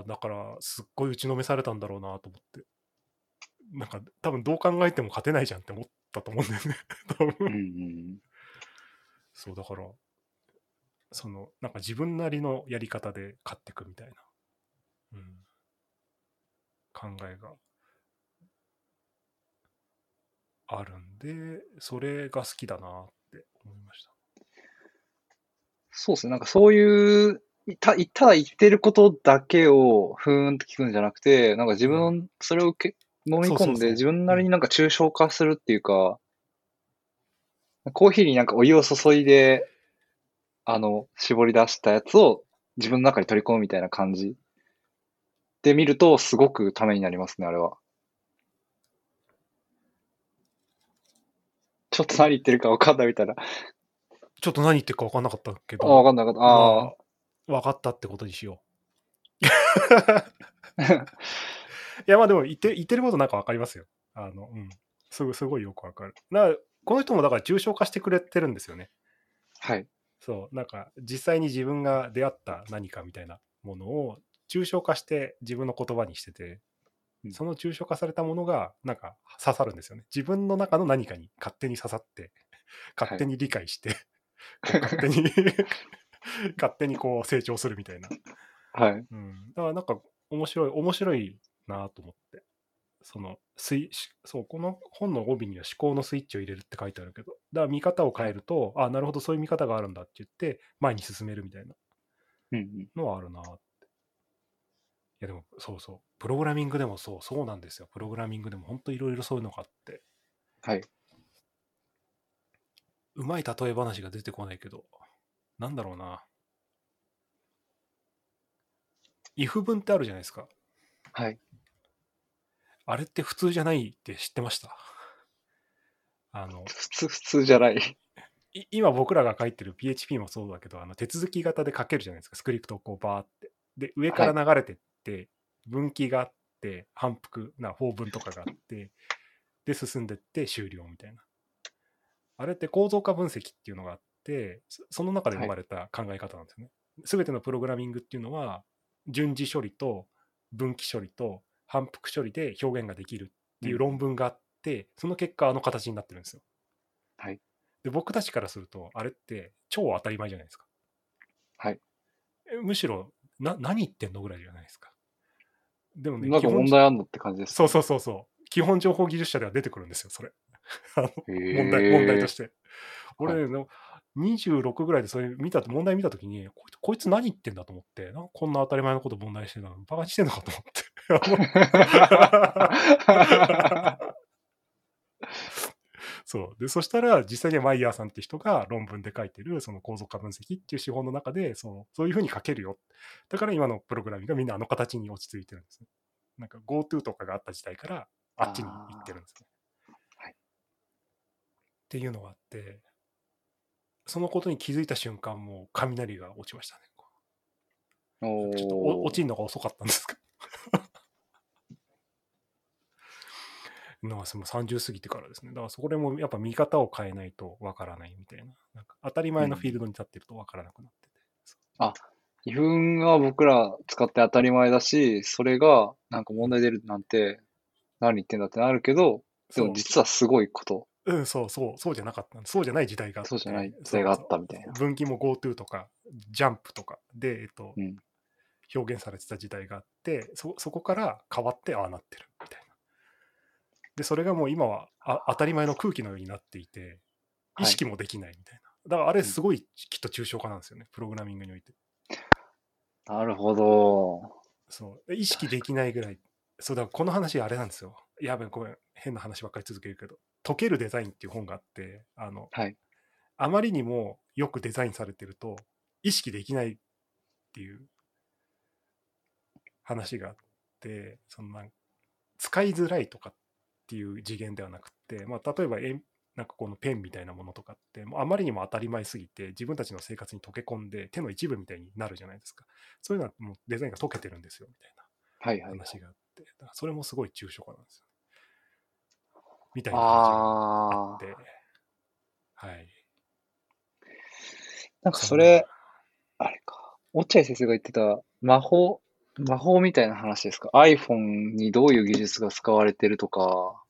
だから、すっごい打ちのめされたんだろうなと思って。なんか、多分どう考えても勝てないじゃんって思ったと思うんだよね。多分。 うんうん。 そう、だから、なんか自分なりのやり方で勝っていくみたいな、考えがあるんで、それが好きだなって思いました。 そうですね。なんかそういう、ただ言ってることだけをふーんと聞くんじゃなくて、なんか自うん。 分、それを飲みそうそうそ込んで自分う。うん。 なりになんか抽象化するっていうか、コーヒーになんかお湯を注いで、絞り出したやつを自分の中に取り込むみたいな感じで見ると、すごくためになりますね、あれは。ちょっと何言ってるか分かんないみたいな。 ちょっと何言ってるか分かんなかったけあ、 ど、 分かんなかった。ああ。 まあ、分かったってことにしよう。いや、まあでも言ってることなんか分かりますよ。すごいよく分かる。この人もだから抽象化してくれてるんですよね。 はい。 そう、なんか実際に自分が出会った何かみたいなものを抽象化して自分の言葉にしてて、 うん。 その抽象化されたものがなんか刺さるんですよね。自分の中の何かに勝手に刺さって、勝はい。 手に理解して、こう勝手に勝手にこう成長するみたいな。 はい。 だからなんか面白いなと思って。この本の帯には思考のスイッチを入れるって書いてあるけど、だから見方を変はい。 えると、なるほど、そういう見方があるんだって言って、前に進めるみたいなうんうん。 のはあるな。いや、でも、そうそう。プログラミングでもそうなんですよ。プログラミングでも本当いろいろそういうのがあって、 はい。 うまい例え話が出てこないけど、なんだろうな。if 文ってあるじゃないですか。 はい。 あれって普通じゃないって知ってました？ 普通じゃない。 今僕らが書いてる PHP もそうだけど、手続き型で書けるじゃないですか。スクリプトをこうバーって。で、上かはい。 ら流れてって、分岐があって、反復な法文とかがあって、で、進んでって終了みたいな。あれって構造化分析っていうのがあって、その中で生はい。 まれた考え方なんですよね。すべてのプログラミングっていうのは、順次処理と分岐処理と反復処理で表現ができるっていううん。 論文があって、その結果あの形になってるんですよ。 はい。 で、僕たちからすると、あれって超当たり前じゃないですか。 はい。 むしろ、何言ってんのぐらいじゃないですか。でもね、 なんか問題あんのって感じですそうね。 そうそうそう。基本情報技術者では出てくるんですよ、それ。問題へえ。 として。 はい。 俺、26ぐらいでそれ問題見たときに、こいつ何言ってんだと思って、こんな当たり前のこと問題してるのバカにしてんのかと思って。 そう。で、そしたら、実際にはマイヤーさんって人が論文で書いてる、その構造化分析っていう手法の中で、そういうふうに書けるよ。だから今のプログラミングがみんなあの形に落ち着いてるんですね。なんか GoTo とかがあった時代から、あっちに行ってるんですね。 はい。 っていうのがあって、そのことに気づいた瞬間、もう雷が落ちましたね。ちょっと落ちるのが遅かったんですか。のは30過ぎてからですね。だからそこでもやっぱ見方を変えないとわからないみたいな。なんか当たり前のフィールドに立ってるとわからなくなってて。 あ、異文が僕ら使って当たり前だし、それがなんか問題出るなんて何言ってんだってなるけど、でもそ実はすごいこと。 う、そうじゃなかった。そうじゃない時代があっそうじゃないて、 時代があったみたいな。 分岐も GoTo とか、ジャンプとかで、 うん。 表現されてた時代があって、そこから変わってああなってるみたいな。で、それがもう今は当たり前の空気のようになっていて、意はい。 識もできないみたいな。だからあれうん、 すごいきっと抽象化なんですよね、プログラミングにおいて。 なるほど。 そう。意識できないぐらい。そうだ、この話あれなんですよ。やべえ、ごめん。変な話ばっかり続けるけど。解けるデザインっていう本があって、 はい。 あまりにもよくデザインされてると、意識できないっていう話があって、使いづらいとかっていう次元ではなくて、まあ、例えばなんかこのペンみたいなものとかって、もうあまりにも当たり前すぎて、自分たちの生活に溶け込んで、手の一部みたいになるじゃないですか。そういうのはもうデザインが解けてるんですよ、みたいなはいはいはい。 話があって、だからそれもすごい抽象化なんですよ。みたいな話があっああ、 て、はい。 なんかそんな、 それ、あれか。落合先生が言ってた魔法みたいな話ですか？ iPhone にどういう技術が使われてるとか、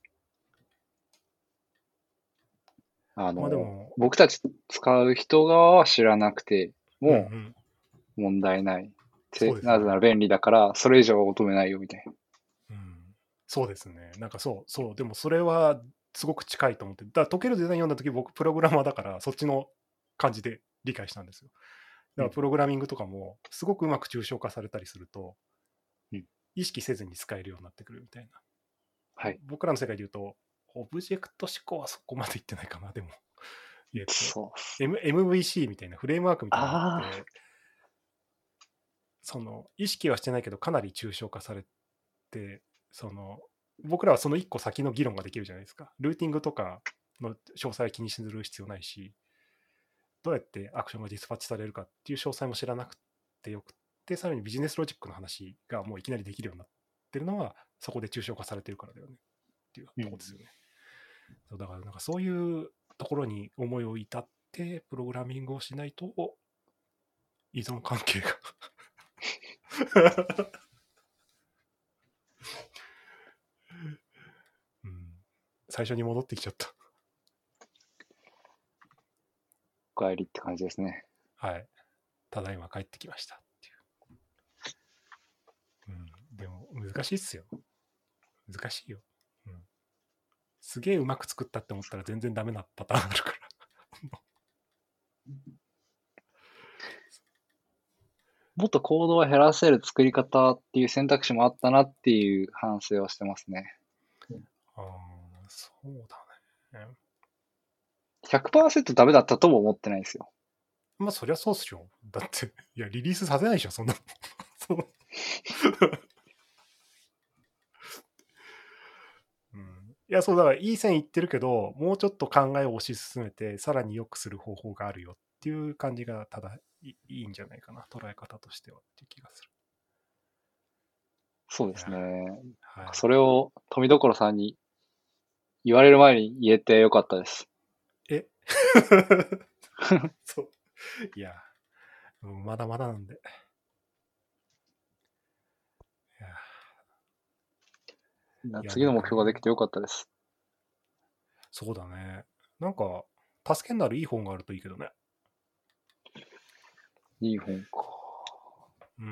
まあでも、 僕たち使う人側は知らなくてもうんうん、 問題ない。なぜなそうですよね。 ら便利だから、それ以上は求めないよみたいな。 うん、そうですね。なんかでもそれはすごく近いと思って、だから解けるデザイン読んだ時僕プログラマーだからそっちの感じで理解したんですよ。だからうん、 プログラミングとかもすごくうまく抽象化されたりすると、 うん。 意識せずに使えるようになってくるみたいな。 はい。 僕らの世界で言うと、オブジェクト思考はそこまでいってないかな、でも。えっと、 そうっす。 MVC みたいなフレームワークみたいなのがあっああ、 て、意識はしてないけどかなり抽象化されて、僕らはその一個先の議論ができるじゃないですか。ルーティングとかの詳細は気にする必要ないし、どうやってアクションがディスパッチされるかっていう詳細も知らなくてよくて、さらにビジネスロジックの話がもういきなりできるようになってるのは、そこで抽象化されてるからだよねっていううん。 ところですよね。そうだからなんかそういうところに思いを至って、プログラミングをしないと依存関係がうん、最初に戻ってきちゃった。 お帰りって感じですね。 はい。ただいま帰ってきましたっていう。うん。でも難しいっすよ。難しいよ。うん。すげえうまく作ったって思ったら全然ダメなパターンあるから。 もっとコードを減らせる作り方っていう選択肢もあったなっていう反省はしてますね。 ああ、そうだね。 100% ダメだったとも思ってないですよ。 まあそりゃそうっすよ。だって、いや、リリースさせないでしょ、そんなの。そう。うん、いや、そうだから、いい線いってるけど、もうちょっと考えを推し進めて、さらに良くする方法があるよっていう感じが、ただいいんじゃないかな、捉え方としてはっていう気がする。いや、 そうですね。 はい。 それを富所さんに言われる前に言えてよかったです。 えそう。いや、まだまだなんで。いや、いや次の目なんかね、 標ができてよかったです。 そうだね。なんか、助けになるいい本があるといいけどね。 いい本か。 うん。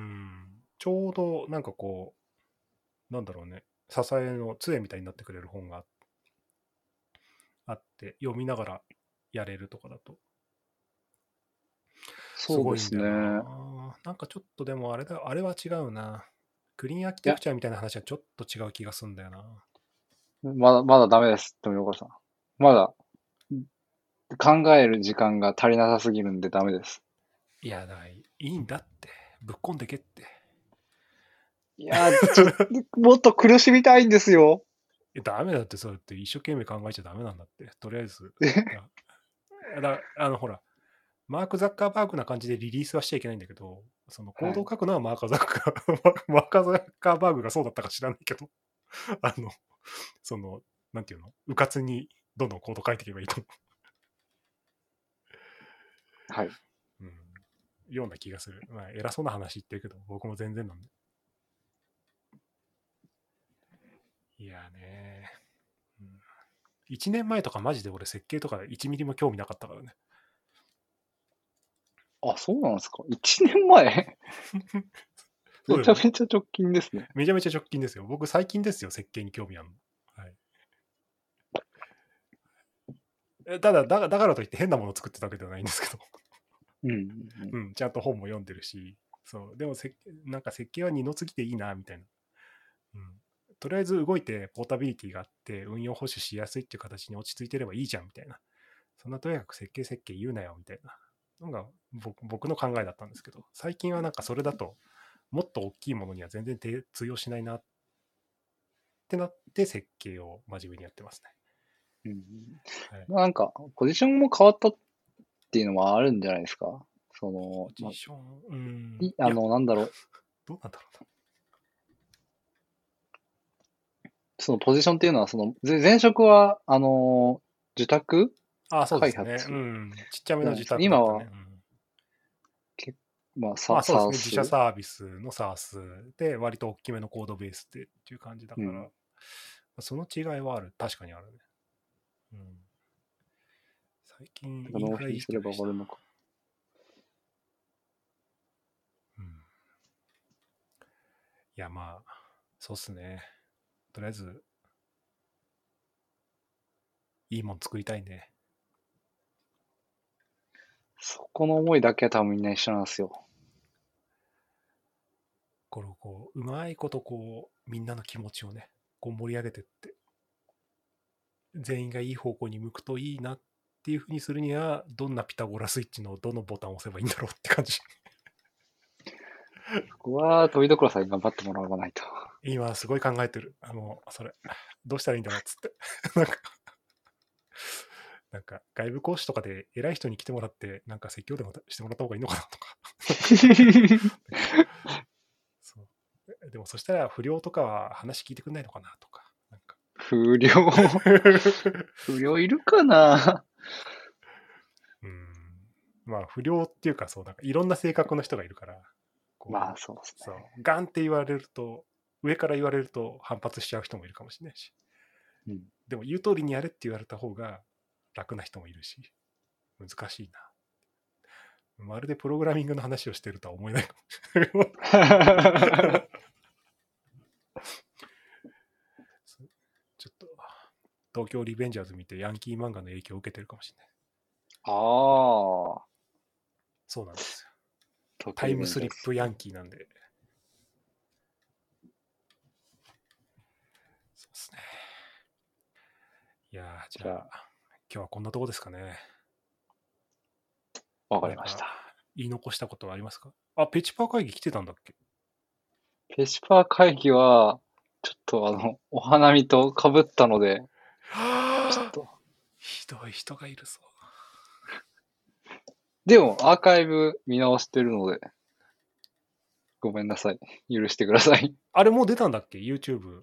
ちょうど、なんかこう、なんだろうね、支えの杖みたいになってくれる本があって、読みながらやれるとかだと、すそうですね。 ごいんだよな。なんかちょっとでもあれは違うな。クリーンアーキいや、 テクチャみたいな話はちょっと違う気がするんだよな。 まだダメです、富所さん。まだ考える時間が足りなさすぎるんでダメです。 いや、だからいいんだって。ぶっこんでけって。 いや、もっと苦しみたいんですよ。 ダメだって、そうやって一生懸命考えちゃダメなんだって。とりあえず。ほら、マーク・ザッカーバーグな感じでリリースはしちゃいけないんだけど、そのコードを書くのはマーク・ザッカーバーグがそうだったか知らないけど、その、なんていうの、うかつにどんどんコード書いていけばいいと思う。はい。 う。ような気がする。まあ、偉そうな話言ってるけど、僕も全然なんで。いやね、1年前とかマジで俺設計とか1ミリも興味なかったからね。 あ、そうなんですか。1年前めちゃそうだよ。 めちゃ直近ですね。 めちゃめちゃ直近ですよ。僕最近ですよ、設計に興味あるの。はい、だからといって変なものを作ってたわけではないんですけど、ちゃんと本も読んでるし、そうでもなんか設計は二の次でいいなみたいな、とりあえず動いてポータビリティがあって運用保守しやすいっていう形に落ち着いてればいいじゃんみたいな、そんなとにかく設計言うなよみたいなのが僕の考えだったんですけど、最近はなんかそれだともっと大きいものには全然通用しないなってなって設計を真面目にやってますね。はい、 なんか、ポジションも変わったっていうのもあるんじゃないですか。 ポジション、いや、 なんだろう。 どうなんだろうな。 そのポジションっていうのは、前職は、受託そうで開すね。 発ちっちゃめの自じゃないですか。 宅だったね。 今は、まあ、 そうですね。自社 SaaS。 サービスの SaaS で、割と大きめのコードベースでっていう感じだから、その違いはある。確かにあるね。最近インフラいじっ納品すればてないしな。 終わるのか。 いや、まあ、そうっすね。とりあえず、いいもん作りたいね。 そこの思いだけは多分みんな一緒なんですよ。 うまいことみんなの気持ちをね、盛り上げてって、全員がいい方向に向くといいなっていうふうにするには、どんなピタゴラスイッチのどのボタンを押せばいいんだろうって感じ。 そこは、富所さんに頑張ってもらわないと。 今すごい考えてる。それ、どうしたらいいんだろうっつって。なんか、外部講師とかで偉い人に来てもらって、なんか説教でもしてもらった方がいいのかなとか。そうでもそしたら不良とかは話聞いてくんないのかなとか。 不良不良いるかな。 まあ不良っていうか、そう、いろんな性格の人がいるから、 まあ、そうですね。 ガンって言われると、上から言われると反発しちゃう人もいるかもしれないし。でも言う通りにやれって言われた方が楽な人もいるし、難しいな。まるでプログラミングの話をしてるとは思えないかもしれない。ちょっと、東京リベンジャーズ見てヤンキー漫画の影響を受けてるかもしれない。 ああ。 そうなんですよ。タイムスリップヤンキーなんで。そうですね。いやじゃあ、今日はこんなとこですかね。 わかりました。 言い残したことはありますか？ペチパー会議来てたんだっけ？ ペチパー会議は、ちょっとお花見と被ったので、ちょっと。 ひどい人がいるぞ。 でも、アーカイブ見直してるので、ごめんなさい。許してください。 あれもう出たんだっけ ?YouTube。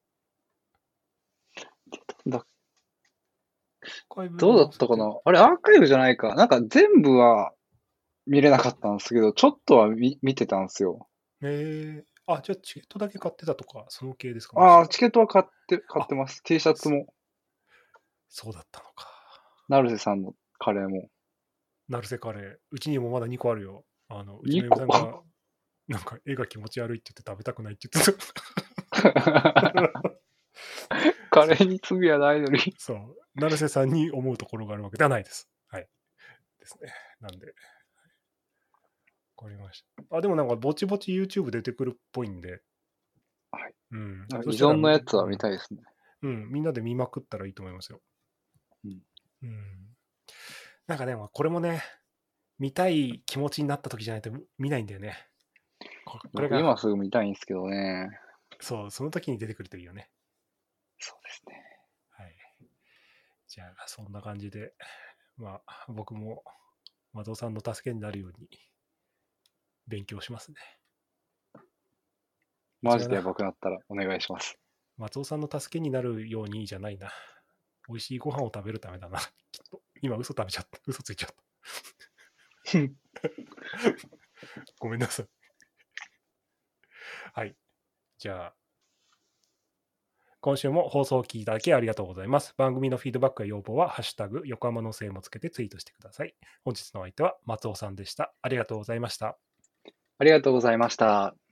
どうだったかなあれ、アーカイブじゃないか。なんか全部は見れなかったんですけど、ちょっとは見てたんですよ。 じゃあチケットだけ買ってたとか、その系ですか？ チケットは買ってます。T シャツも。 そうだったのか。 成瀬さんのカレーも。 成瀬カレー。うちにもまだ2個あるよ。うちの 2 嫁さんが、 個絵が気持ち悪いって言って食べたくないって言ってた。 カレーに罪はないのに。 そう。成瀬さんに思うところがあるわけではないです。はい。ですね。なんで。わかりました。でもぼちぼち YouTube 出てくるっぽいんで。 はい。 依存のやつは見たいですね。 みんなで見まくったらいいと思いますよ。 なんかでもこれもね、見たい気持ちになった時じゃないと見ないんだよね。これが、 今すぐ見たいんですけどね。 そう、その時に出てくるといいよね。 そうですね。 はい。じゃあ、そんな感じで、まあ、僕も松尾さんの助けになるように勉強しますね。 マジでやばくなったらお願いします。 松尾さんの助けになるようにじゃないな。美味しいご飯を食べるためだな。きっと。今嘘食べちゃった。嘘ついちゃった。ごめんなさい。はい。じゃあ、今週も放送を聞いていただきありがとうございます。番組のフィードバックや要望は、ハッシュタグ、横浜のせいもつけてツイートしてください。本日のお相手は松尾さんでした。ありがとうございました。 ありがとうございました。